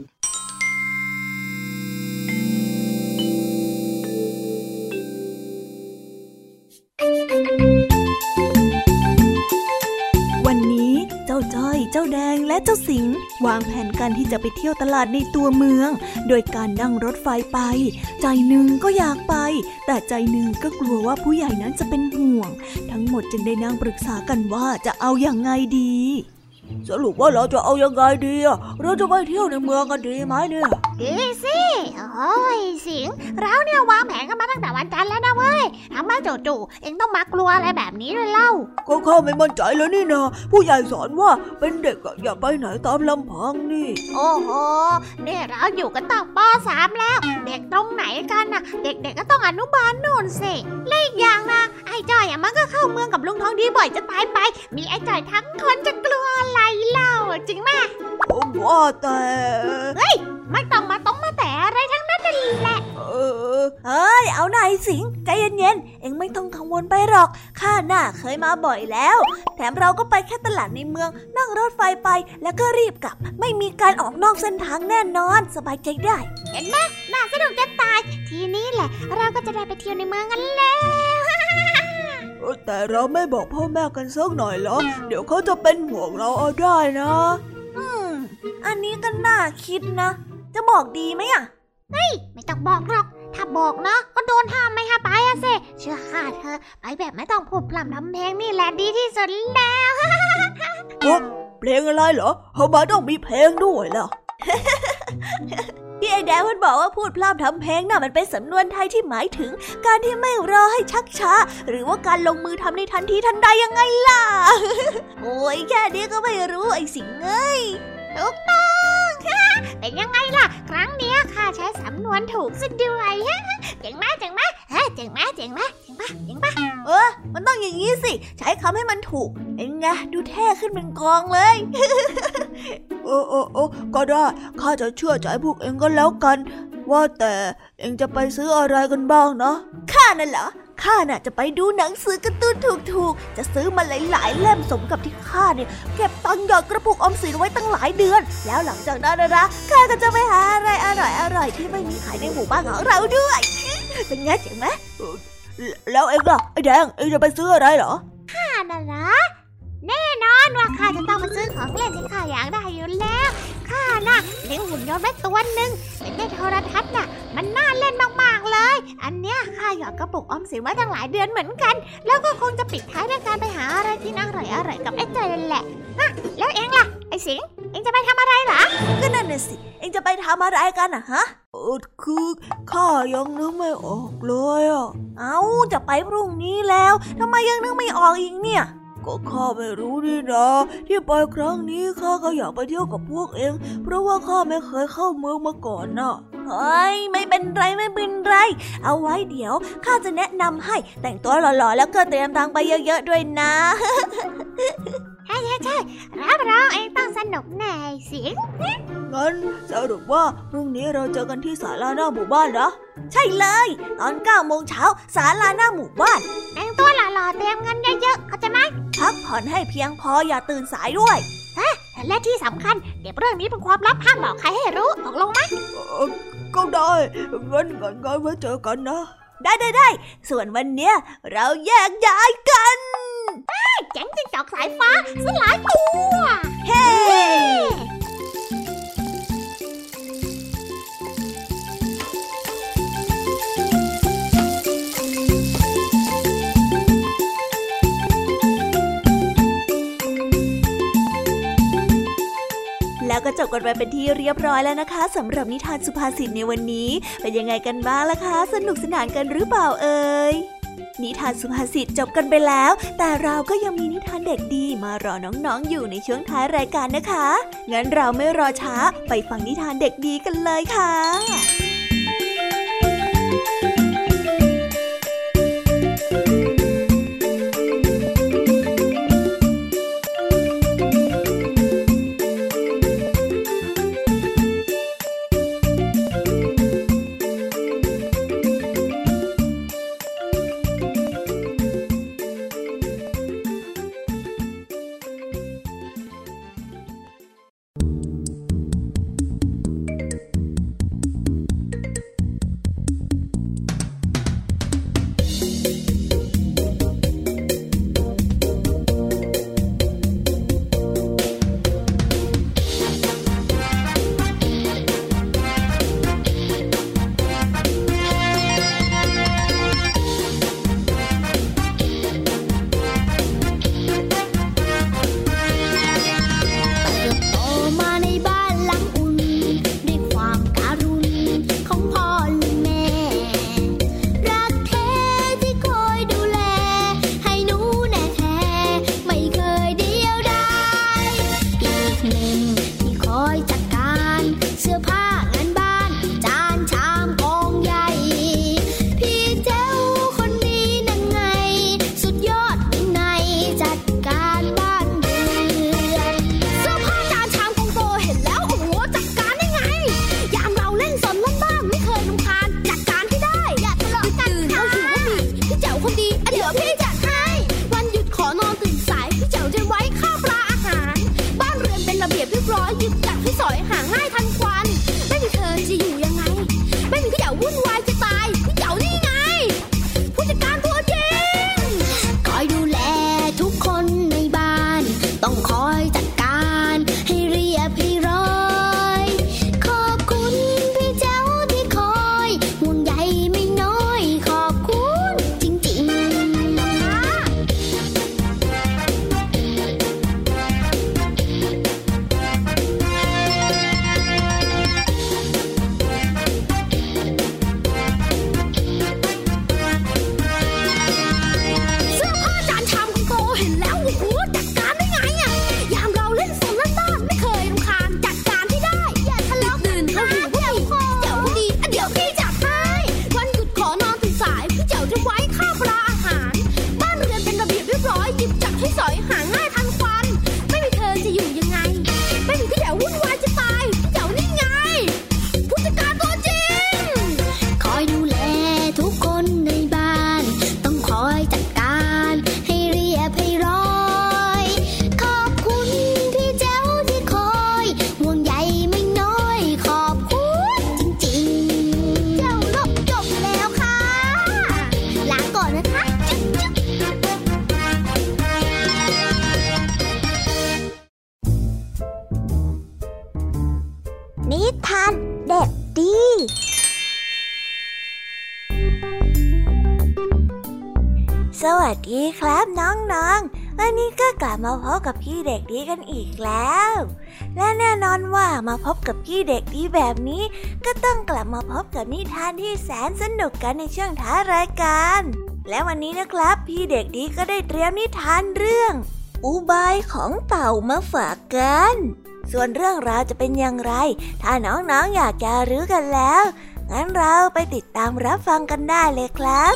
วันนี้เจ้าจ้อยเจ้าแดงและเจ้าสิงห์วางแผนกันที่จะไปเที่ยวตลาดในตัวเมือง โดยการนั่งรถไฟไปใจหนึ่งก็อยากไปแต่ใจหนึ่งก็กลัวว่าผู้ใหญ่นั้นจะเป็นห่วงทั้งหมดจึงได้นั่งปรึกษากันว่าจะเอาอย่างไงดีสรุปว่าเราจะเอายังไงดีอ่ะเราจะไปเที่ยวในเมืองกันดีไหมเนี่ยดีสิโอ้ยสิงเราเนี่ยวางแผนกันมาตั้งแต่วันจันทร์แล้วนะเว้ยทำไมจู่ๆเอ็งต้องมากลัวอะไรแบบนี้ด้วยเล่าก็ข้าไม่มั่นใจแล้วนี่นะผู้ใหญ่สอนว่าเป็นเด็กอย่าไปไหนตามลำพังนี่โอ้โหเนี่ยเราอยู่กันตั้งป.สาม แล้วเด็กตรงไหนกันน่ะเด็กๆก็ต้องอนุบาลนู่นสิและอีกอย่างนะไอ้จ้อยอ่ะมันก็เข้าเมืองกับลุงทองดีบ่อยจะตายไปมีไอ้จ้อยทั้งคนจะกลัวอะไรเล่าจริงไหมผมว่าแต่เฮ้ยไม่ต้องมาต้องมาแต่อะไรทั้งนั้นนั่นแหละเออเฮ้ยเอาหน่อยสิงใจเย็นๆเอ็งไม่ต้องกังวลไปหรอกข้าน่ะเคยมาบ่อยแล้วแถมเราก็ไปแค่ตลาดในเมืองนั่งรถไฟไปแล้วก็รีบกลับไม่มีการออกนอกเส้นทางแน่นอนสบายใจได้เห็นไหมน่าสนุกจะตายทีนี้แหละเราก็จะได้ไปเที่ยวในเมืองกันแล้วแต่เราไม่บอกพ่อแม่กันสักหน่อยเหรอเดี๋ยวเขาจะเป็นห่วงเราเอาได้นะอืมอันนี้ก็น่าคิดนะจะบอกดีไหมอ่ะเฮ้ยไม่ต้องบอกหรอกถ้าบอกนะก็โดนห้ามไม่ให้ไปอะสิเชื่อข้าเธอไปแบบไม่ต้องพูดพร่ำทำเพลงนี่แหละดีที่สุดแล้วโอ้เพลงอะไรเหรอทำไมต้องมีเพลงด้วยล่ะ พี่ไอแดงมันบอกว่าพูดพร่ำทำเพลงน่ะมันเป็นสำนวนไทยที่หมายถึงการที่ไม่รอให้ชักช้าหรือว่าการลงมือทำในทันทีทันใดยังไงล่ะ โอ้ยแค่นี้ก็ไม่รู้ไอ้สิงเอ้ยถูกต้องเป็นยังไงล่ะครั้งนี้ข้าใช้สำนวนถูกซะด้วยเจ๋งไหมเจ๋งไหมเฮ้ยเจ๋งไหมเจ๋งไหมเจ๋งปะเจ๋งปะเออมันต้องอย่างนี้สิใช้คำให้มันถูกเอ็งไงดูเท่ขึ้นเป็นกองเลยโอ้โอ้โอ้ก็ได้ข้าจะเชื่อใจพวกเอ็งก็แล้วกันว่าแต่เอ็งจะไปซื้ออะไรกันบ้างนะข้านั่นเหรอข้าน่ะจะไปดูหนังสือการ์ตูนถูกๆจะซื้อมาหลายๆเล่มสมกับที่ข้าเนี่ยเก็บตังค์หยอดกระปุกออมสินไว้ตั้งหลายเดือนแล้วหลังจากนั้นนะข้าก็จะไปหาอะไรอร่อยๆที่ไม่มีขายในหมู่บ้านของเราด้วยเป็นไงเจ๋งไหมแล้วเอ็งล่ะไอ้แดงเอ็งจะไปซื้ออะไรเหรอข้าน่ะนะแน่นอนว่าข้าจะต้องมาซื้อของเล่นที่ข้าอยากได้อยู่แล้วข้าน่ะเลี้ยงหุ่นยนต์ไว้ตัวนึงเป็นในโทรทัศน์น่ะมันน่าเล่นมากๆเลยอันเนี้ยข้าหยอดกระปุกออมสินไว้ตั้งหลายเดือนเหมือนกันแล้วก็คงจะปิดท้ายด้วยการไปหาอะไรที่น่าอร่อยๆกับไอ้จ้อยนั่นแหละฮะแล้วเอ็งล่ะไอ้สิงเอ็งจะไปทำอะไรเหรอก็นั่นน่ะสิเอ็งจะไปทำอะไรกันอ่ะฮะเออคือข้ายังนึกไม่ออกเลยอ่ะเอ้าจะไปพรุ่งนี้แล้วทำไมยังนึกไม่ออกอีกเนี่ยก็ข้าไม่รู้นี่นะที่ไปครั้งนี้ข้าก็อยากไปเที่ยวกับพวกเองเพราะว่าข้าไม่เคยเข้าเมืองมาก่อนน่ะฮเฮ้ยไม่เป็นไรไม่เป็นไรเอาไว้เดี๋ยวข้าจะแนะนำให้แต่งตัวหล่อๆแล้วก็เตรียมตังค์ไปเยอะๆด้วยนะใช่ใช่ใช่รับรองเองต้องสนุกแน่สิงั้นสรุปว่าพรุ่งนี้เราเจอกันที่ศาลาหน้าหมู่บ้านนะใช่เลยตอนเก้าโมงเช้าศาลาหน้าหมู่บ้านแต่งตัวหล่อๆเตรียมเงินเยอะๆเข้าใจไหมพักผ่อนให้เพียงพออย่าตื่นสายด้วยฮะและที่สำคัญเก็บเรื่องนี้เป็นความลับห้ามบอกใครให้รู้ตกลงไหมก็ได้งั้นงั้นงั้นไว้เจอกันนะได้ได้ได้ส่วนวันเนี้ยเราแยกย้ายกันแจ๋งจิ้งจอกสายฟ้าสลายตัวเฮ้แล้วก็จบกันไปเป็นที่เรียบร้อยแล้วนะคะสำหรับนิทานสุภาษิตในวันนี้เป็นยังไงกันบ้างล่ะคะสนุกสนานกันหรือเปล่าเอ่ยนิทานสุภาษิตจบกันไปแล้วแต่เราก็ยังมีนิทานเด็กดีมารอน้องๆอยู่ในช่วงท้ายรายการนะคะงั้นเราไม่รอช้าไปฟังนิทานเด็กดีกันเลยค่ะนิทานเด็กดีสวัสดีครับน้องๆวันนี้ก็กลับมาพบกับพี่เด็กดีกันอีกแล้วและแน่นอนว่ามาพบกับพี่เด็กดีแบบนี้ก็ต้องกลับมาพบกับนิทานที่แสนสนุกกันในช่วงท้ายรายการและวันนี้นะครับพี่เด็กดีก็ได้เตรียมนิทานเรื่องอุบายของเต่ามาฝากกันส่วนเรื่องราวจะเป็นอย่างไรถ้าน้องๆ อ, อยากจะรู้กันแล้วงั้นเราไปติดตามรับฟังกันได้เลยครับ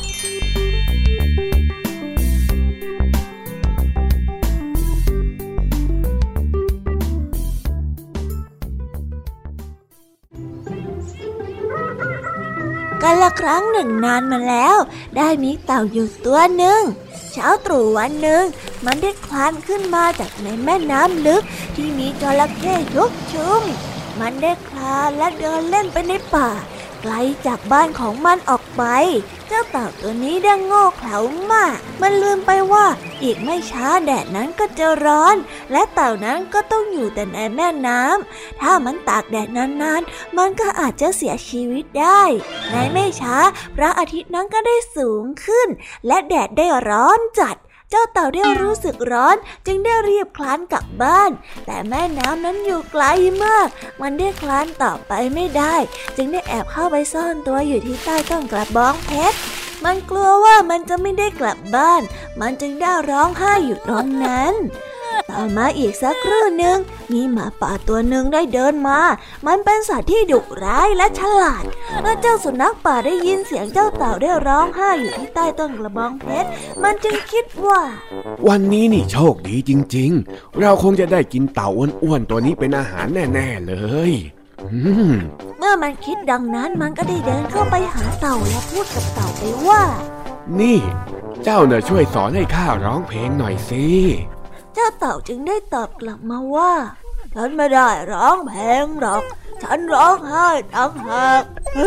กันละครั้งหนึ่งนานมาแล้วได้มีเต่าอยู่ตัวหนึ่งเช้าตรู่วันหนึ่งมันได้คลานขึ้นมาจากในแม่น้ำลึกที่มีจระเข้ยุกชุมมันได้คลานและเดินเล่นไปในป่าไกลจากบ้านของมันออกไปเจ้าเต่าตัวนี้ได้โง่เขลามากมันลืมไปว่าอีกไม่ช้าแดดนั้นก็จะร้อนและเต่านั้นก็ต้องอยู่แต่ในแม่น้ำถ้ามันตากแดดนานๆมันก็อาจจะเสียชีวิตได้ในไม่ช้าพระอาทิตย์นั้นก็ได้สูงขึ้นและแดดได้ร้อนจัดเจ้าเต่าได้รู้สึกร้อนจึงได้รีบคลานกลับบ้านแต่แม่น้ำนั้นอยู่ไกลมากมันได้คลานต่อไปไม่ได้จึงได้แอบเข้าไปซ่อนตัวอยู่ที่ใต้ต้นกระบองเพชรมันกลัวว่ามันจะไม่ได้กลับบ้านมันจึงได้ร้องไห้อยู่ตรงนั้นต่อมาอีกสักครู่หนึ่งมีหมาป่าตัวหนึ่งได้เดินมามันเป็นสัตว์ที่ดุร้ายและฉลาดเมื่อเจ้าสุนัขป่าได้ยินเสียงเจ้าเต่าได้ร้องไห้อยู่ที่ใต้ต้นกระบองเพชรมันจึงคิดว่าวันนี้นี่โชคดีจริงๆเราคงจะได้กินเต่าอ้วนๆตัวนี้เป็นอาหารแน่ๆเลยเมื่อมันคิดดังนั้นมันก็ได้เดินเข้าไปหาเต่าและพูดกับเต่าไปว่านี่เจ้าเนี่ยช่วยสอนให้ข้าร้องเพลงหน่อยสิเจ้าเต่าจึงได้ตอบกลับมาว่าฉันไม่ได้ร้องเพลงหรอกฉันร้องไห้ต่างหาก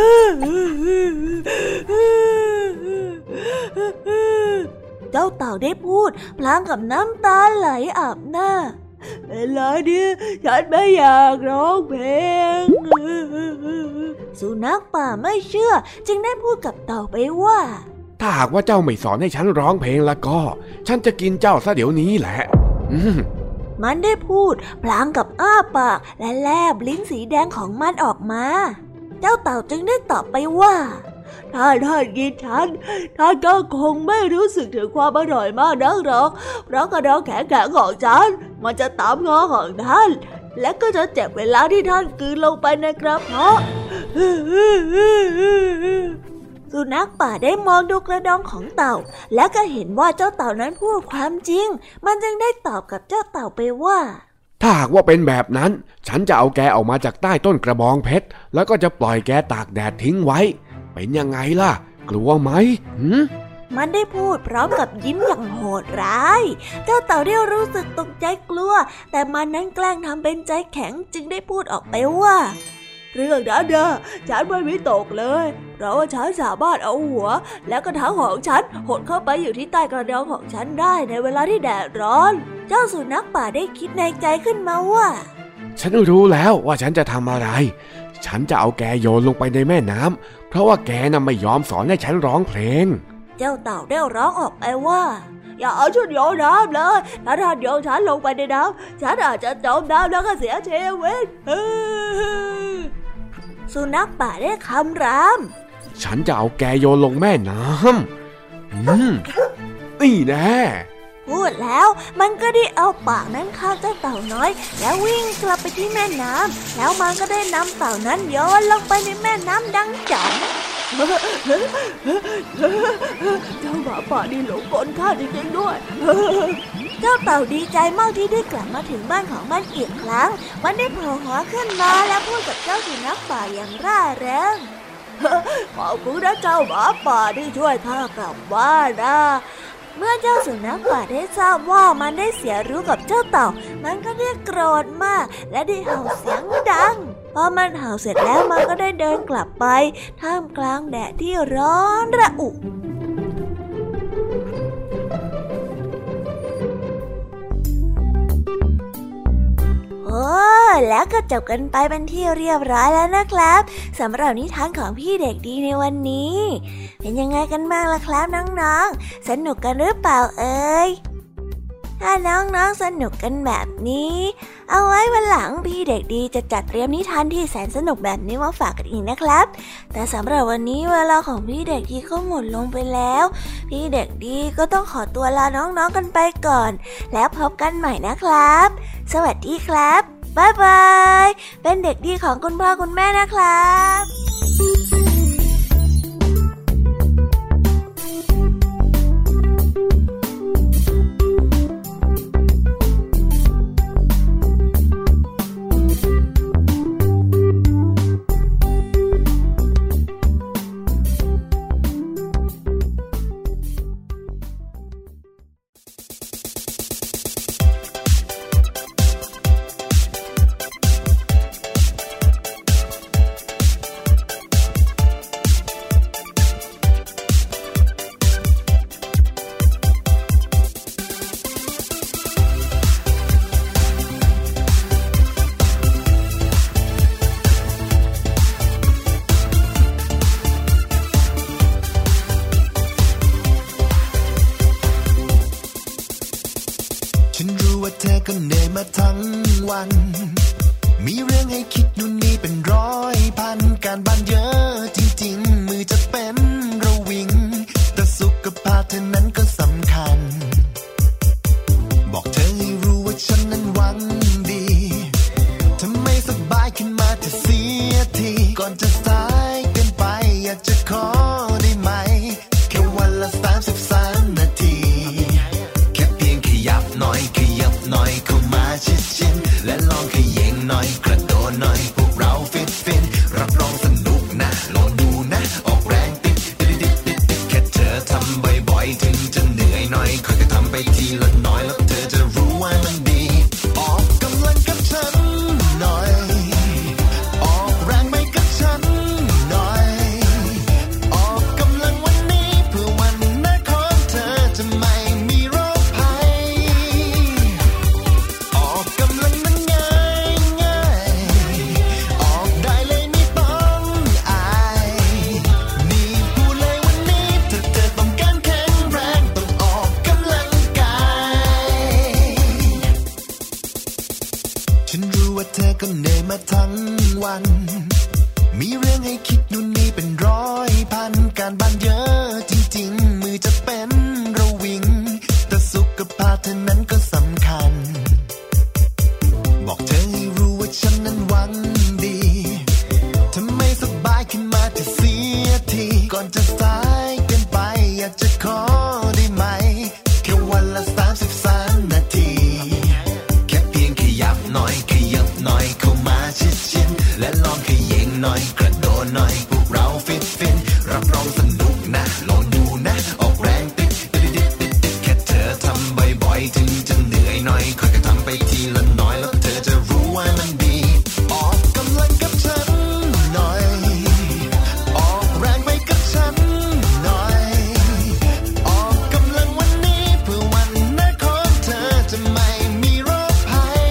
เจ้าเต่าได้พูดพลางกับน้ำตาไหลอาบหน้าเวลานี้ฉันไม่อยากร้องเพลงสุนัขป่าไม่เชื่อจึงได้พูดกับเต่าไปว่าถ้าหากว่าเจ้าไม่สอนให้ฉันร้องเพลงแล้วก็ฉันจะกินเจ้าซะเดี๋ยวนี้แหละมันได้พูดพลางกับอ้าปากและแลบลิ้นสีแดงของมันออกมาเจ้าเต่าจึงได้ตอบไปว่าถ้าท่านกินฉันท่านก็คงไม่รู้สึกถึงความอร่อยมากนักหรอกเพราะกระดองแข็งๆของฉันมันจะตามงอของท่านและก็จะเจ็บเวลาที่ท่านกลืนลงไปในกระเพาะสุนัขป่าได้มองดูกระดองของเต่าแล้วก็เห็นว่าเจ้าเต่านั้นพูดความจริงมันจึงได้ตอบกับเจ้าเต่าไปว่าถ้าหากว่าเป็นแบบนั้นฉันจะเอาแกออกมาจากใต้ต้นกระบองเพชรแล้วก็จะปล่อยแกตากแดดทิ้งไว้เป็นยังไงล่ะกลัวไหมหืมมันได้พูดพร้อมกับยิ้มอย่างโหดร้ายเจ้าเต่าได้รู้สึกตกใจกลัวแต่มันนั้นแกล้งทำเป็นใจแข็งจึงได้พูดออกไปว่าเรื่องนั้นเด้อฉันไม่วิตกเลยเพราะว่าฉันสามารถเอาหัวและกระถางของฉันหดเข้าไปอยู่ที่ใต้กระดองของฉันได้ในเวลาที่แดดร้อนเจ้าสุนัขป่าได้คิดในใจขึ้นมาว่าฉันรู้แล้วว่าฉันจะทำอะไรฉันจะเอาแกโยนลงไปในแม่น้ำเพราะว่าแกน่ะไม่ยอมสอนให้ฉันร้องเพลงเจ้าเต่าได้ร้องออกไปว่าอย่าเอาฉันโยนน้ำเลยถ้าท่านโยนฉันลงไปในน้ำฉันอาจจะจมน้ำแล้วก็เสียชีวิตสุนัขป่าได้คำรามฉันจะเอาแกโยนลงแม่น้ำอืมนี่แน่พูดแล้วมันก็ได้เอาปากนั้นคาบเจ้าเต่าน้อยแล้ววิ่งกลับไปที่แม่น้ำแล้วมันก็ได้นำเต่านั้นโยนลงไปในแม่น้ำดังจ๋องเจ้าหมาป่านี่หลงกลข้าจริงๆด้วยเจ้าเต่าดีใจมากที่ได้กลับมาถึงบ้านของมันอีกครั้งมันได้โผล่หัวขึ้นมาและพูดกับเจ้าสุนัขป่าอย่างร่าเริงขอบคุณนะเจ้าหมาป่าที่ช่วยข้ากลับบ้านนะเมื่อเจ้าสุนัขป่าได้ทราบว่ามันได้เสียรู้กับเจ้าเต่ามันก็ได้โกรธมากและได้เห่าเสียงดังพอมันเห่าเสร็จแล้วมันก็ได้เดินกลับไปท่ามกลางแดดที่ร้อนระอุโอ้แล้วก็จบกันไปเป็นที่เรียบร้อยแล้วนะครับสำหรับนิทานของพี่เด็กดีในวันนี้เป็นยังไงกันบ้างล่ะครับน้องๆสนุกกันหรือเปล่าเอ่ยถ้าน้องๆสนุกกันแบบนี้เอาไว้วันหลังพี่เด็กดีจะจัดเตรียมนิทานที่แสนสนุกแบบนี้มาฝากกันอีกนะครับแต่สำหรับวันนี้เวลาของพี่เด็กดีก็หมดลงไปแล้วพี่เด็กดีก็ต้องขอตัวลาน้องๆกันไปก่อนแล้วพบกันใหม่นะครับสวัสดีครับบ๊ายบายเป็นเด็กดีของคุณพ่อคุณแม่นะครับมีเรื่องให้คิดนู่นนี่เป็นร้อยพันการบ้านเยอะจริงๆมือจะเป็นระวิงแต่สุขภาพเธอนั้นก็สำคัญบอกเธอให้รู้ว่าฉันนั้นหวังดีถ้าไม่สบายขึ้นมาเธอเสียทีก่อนจะสายเกินไปอยากจะขอได้ไหมแค่วันละสามสิบสามนาทีแค่เพียงขยับหน่อยขยับหน่อยเข้ามาชิดๆและลองขยิงหน่อยกระโดดหน่อยพวกเราฟิตฟินรับรองสนุกนะลองดูนะออกแรงติดติดติดติดติดแค่เธอทำบ่อยๆถึงจะเหนื่อยหน่อยค่อยๆทำไปทีละน้อยแล้วเธอจะรู้ว่ามันดีออกกำลังกับฉันหน่อยออกแรงไปกับฉันหน่อยออกกำลังวันนี้เพื่อวันหน้าของเธอจะไม่มีโรคภัยออกกำลังมันง่ายง่ายออกได้เลยไม่ต้องอายนี่พูดเลยวันนี้ถ้าเธอต้องการแข็งแรงต้องออกกำลังกายฉันรู้ว่าเธอก็เหนื่อยมาทั้งวันมีเรื่องให้คิดนู่นนี่เป็นร้อยพันการบ้านเยอะจริงๆมือจะเป็นระวิงแต่สุขภาพเธอนั้นก็สำคัญบอกเธอให้รู้ว่าฉันนั้นหวังดีถ้าไม่สบายขึ้นมาเธอเสียทีก่อนจะสายเกินไปอยากจะขอได้ไหมแค่วันละสามสิบสามนาทีแค่เพียงขยับหน่อยขยับหน่อยเข้ามาชิดๆและลองขยิงหน่อยกระโดดหน่อยพวกเราฟิตฟินรับรองสนุกนะลองดูนะออกแรงติดติดติดติดติดแค่เธอทำบ่อยๆถึงจะเหนื่อยหน่อยค่อยๆทำไปทีละน้อยแล้วเธอจะรู้ว่ามันดีออกกำลังกับฉันหน่อยออกแรงไปกับฉันหน่อยออกกำลังวันนี้เพื่อวันหน้าของเธอจะไม่มีโรคภัย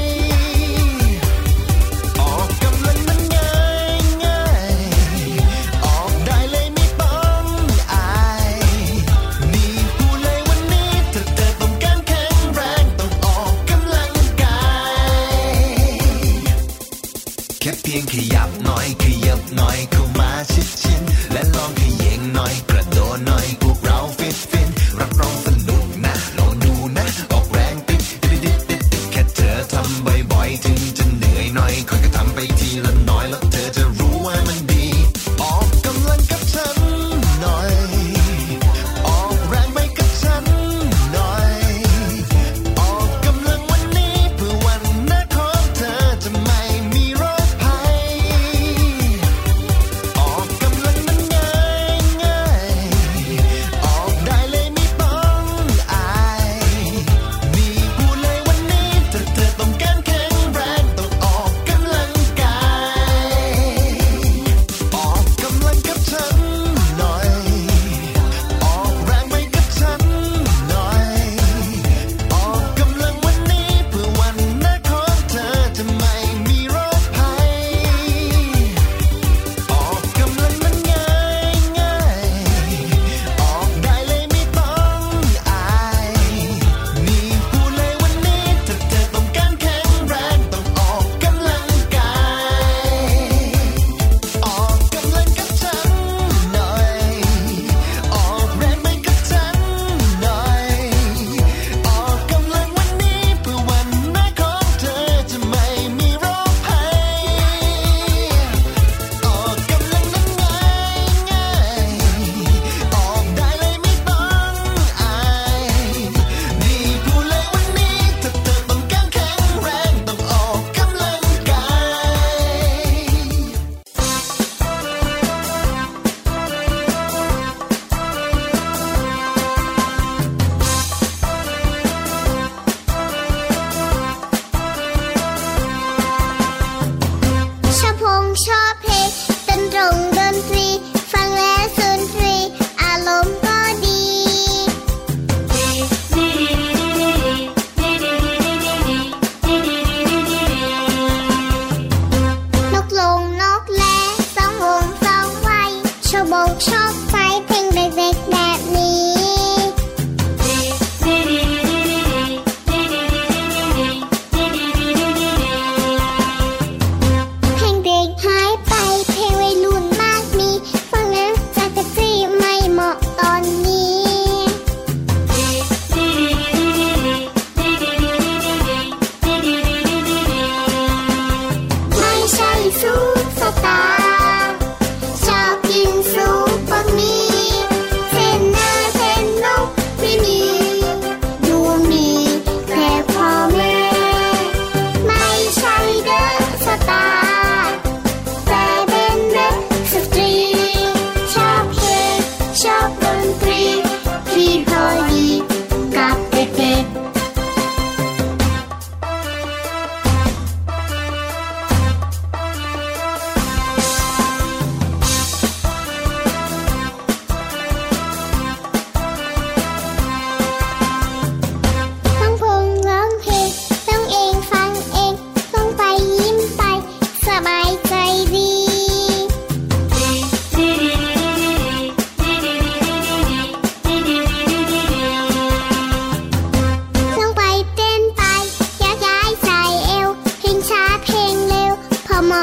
ออกกำลังมันง่ายง่ายออกได้เลยไม่ต้องอายนี่พูดเลยวันนี้ถ้าเธอต้องการแข็งแรงต้องออกกำลังกายแค่เพียงขยับหน่อยขยับหน่อยเข้ามาชิดๆและลองขยิงหน่อยกระโดดหน่อยพวกเราฟิตฟินรับรองสนุกนะลองดูนะออกแรงติดติดติดติดติดแค่เธอทำบ่อยๆถึงจะเหนื่อยหน่อยค่อยๆทำไปทีละน้อยแล้วเธอจะรู้ว่ามันดีออกกำลังกับฉันหน่อยออกแรงไปกับฉันหน่อยออกกำลังวันนี้เพื่อวันหน้าของเธอจะไม่มีโรคภัยออกกำลังมันง่ายง่าย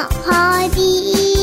ะพอดี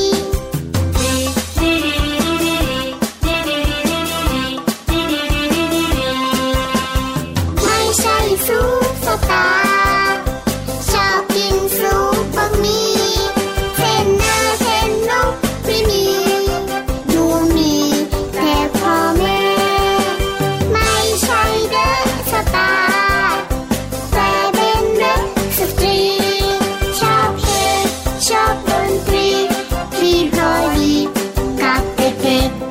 ไม่ใช่ซุปสตาร์ชอบกินซุปบะหมี่เส้นหน้าเส้นนกไม่มีดูมีแต่พ่อแม่ไม่ใช่เดอะสตาร์แต่เป็นเดอะสตรีชอบเพลงชอบดนตรีที่พอดีกับเด็กๆ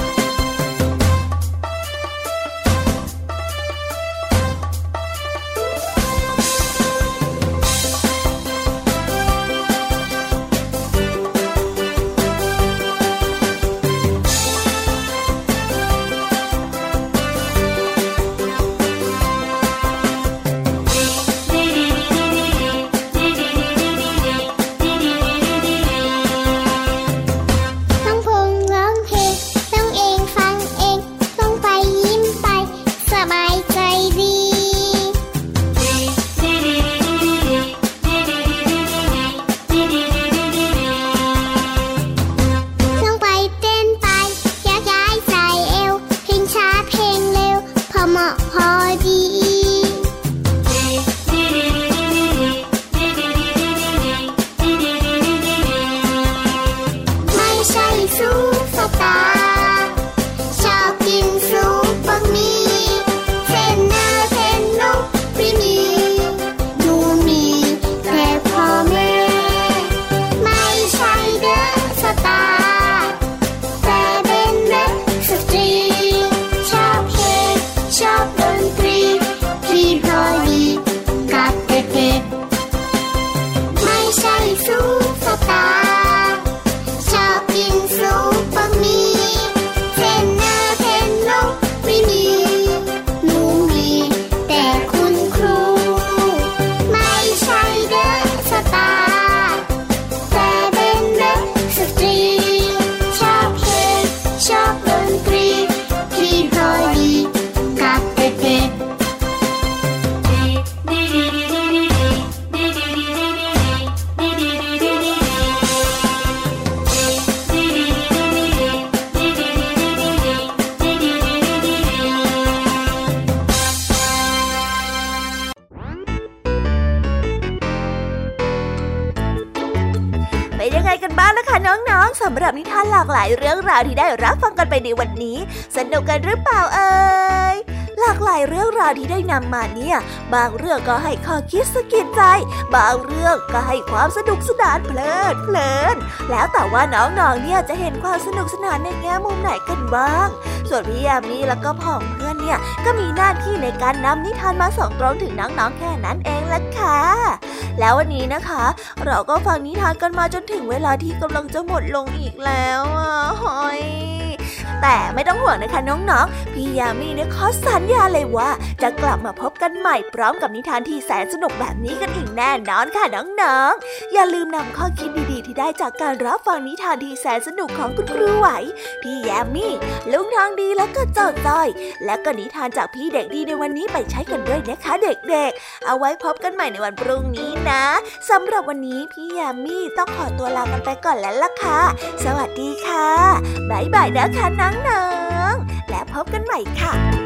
สำหรับนิทานหลากหลายเรื่องราวที่ได้รับฟังกันไปในวันนี้สนุกกันหรือเปล่าเอ่ยหลากหลายเรื่องราวที่ได้นำมาเนี่ยบางเรื่องก็ให้ข้อคิดสะกิดใจบางเรื่องก็ให้ความสนุกสนานเพลิดเพลินแล้วแต่ว่าน้องๆเนี่ยจะเห็นความสนุกสนานในแง่มุมไหนกันบ้างส่วนพี่ยามีแล้วก็พ่องเพื่อนเนี่ยก็มีหน้าที่ในการนำนิทานมาส่งตรงถึงน้องๆแค่นั้นเองล่ะค่ะแล้ววันนี้นะคะเราก็ฟังนิทานกันมาจนถึงเวลาที่กำลังจะหมดลงอีกแล้วอ่ะหอยแต่ไม่ต้องห่วงนะคะน้องๆพี่ยามีเนี่ยขอสัญญาเลยว่าจะกลับมาพบกันใหม่พร้อมกับนิทานที่แสนสนุกแบบนี้กันอีกแน่นอนค่ะน้องๆอย่าลืมนำข้อคิดดีๆที่ได้จากการรับฟังนิทานที่แสนสนุกของคุณครูไหวพี่ยามีลุงทองดีแล้วก็เจ้าจ้อยและก็นิทานจากพี่เด็กดีในวันนี้ไปใช้กันด้วยนะคะเด็กๆเอาไว้พบกันใหม่ในวันพรุ่งนี้นะสำหรับวันนี้พี่ยามีต้องขอตัวลากันไปก่อนแล้วล่ะค่ะสวัสดีค่ะบ๊ายบายนะคะน้องๆและพบกันใหม่ค่ะ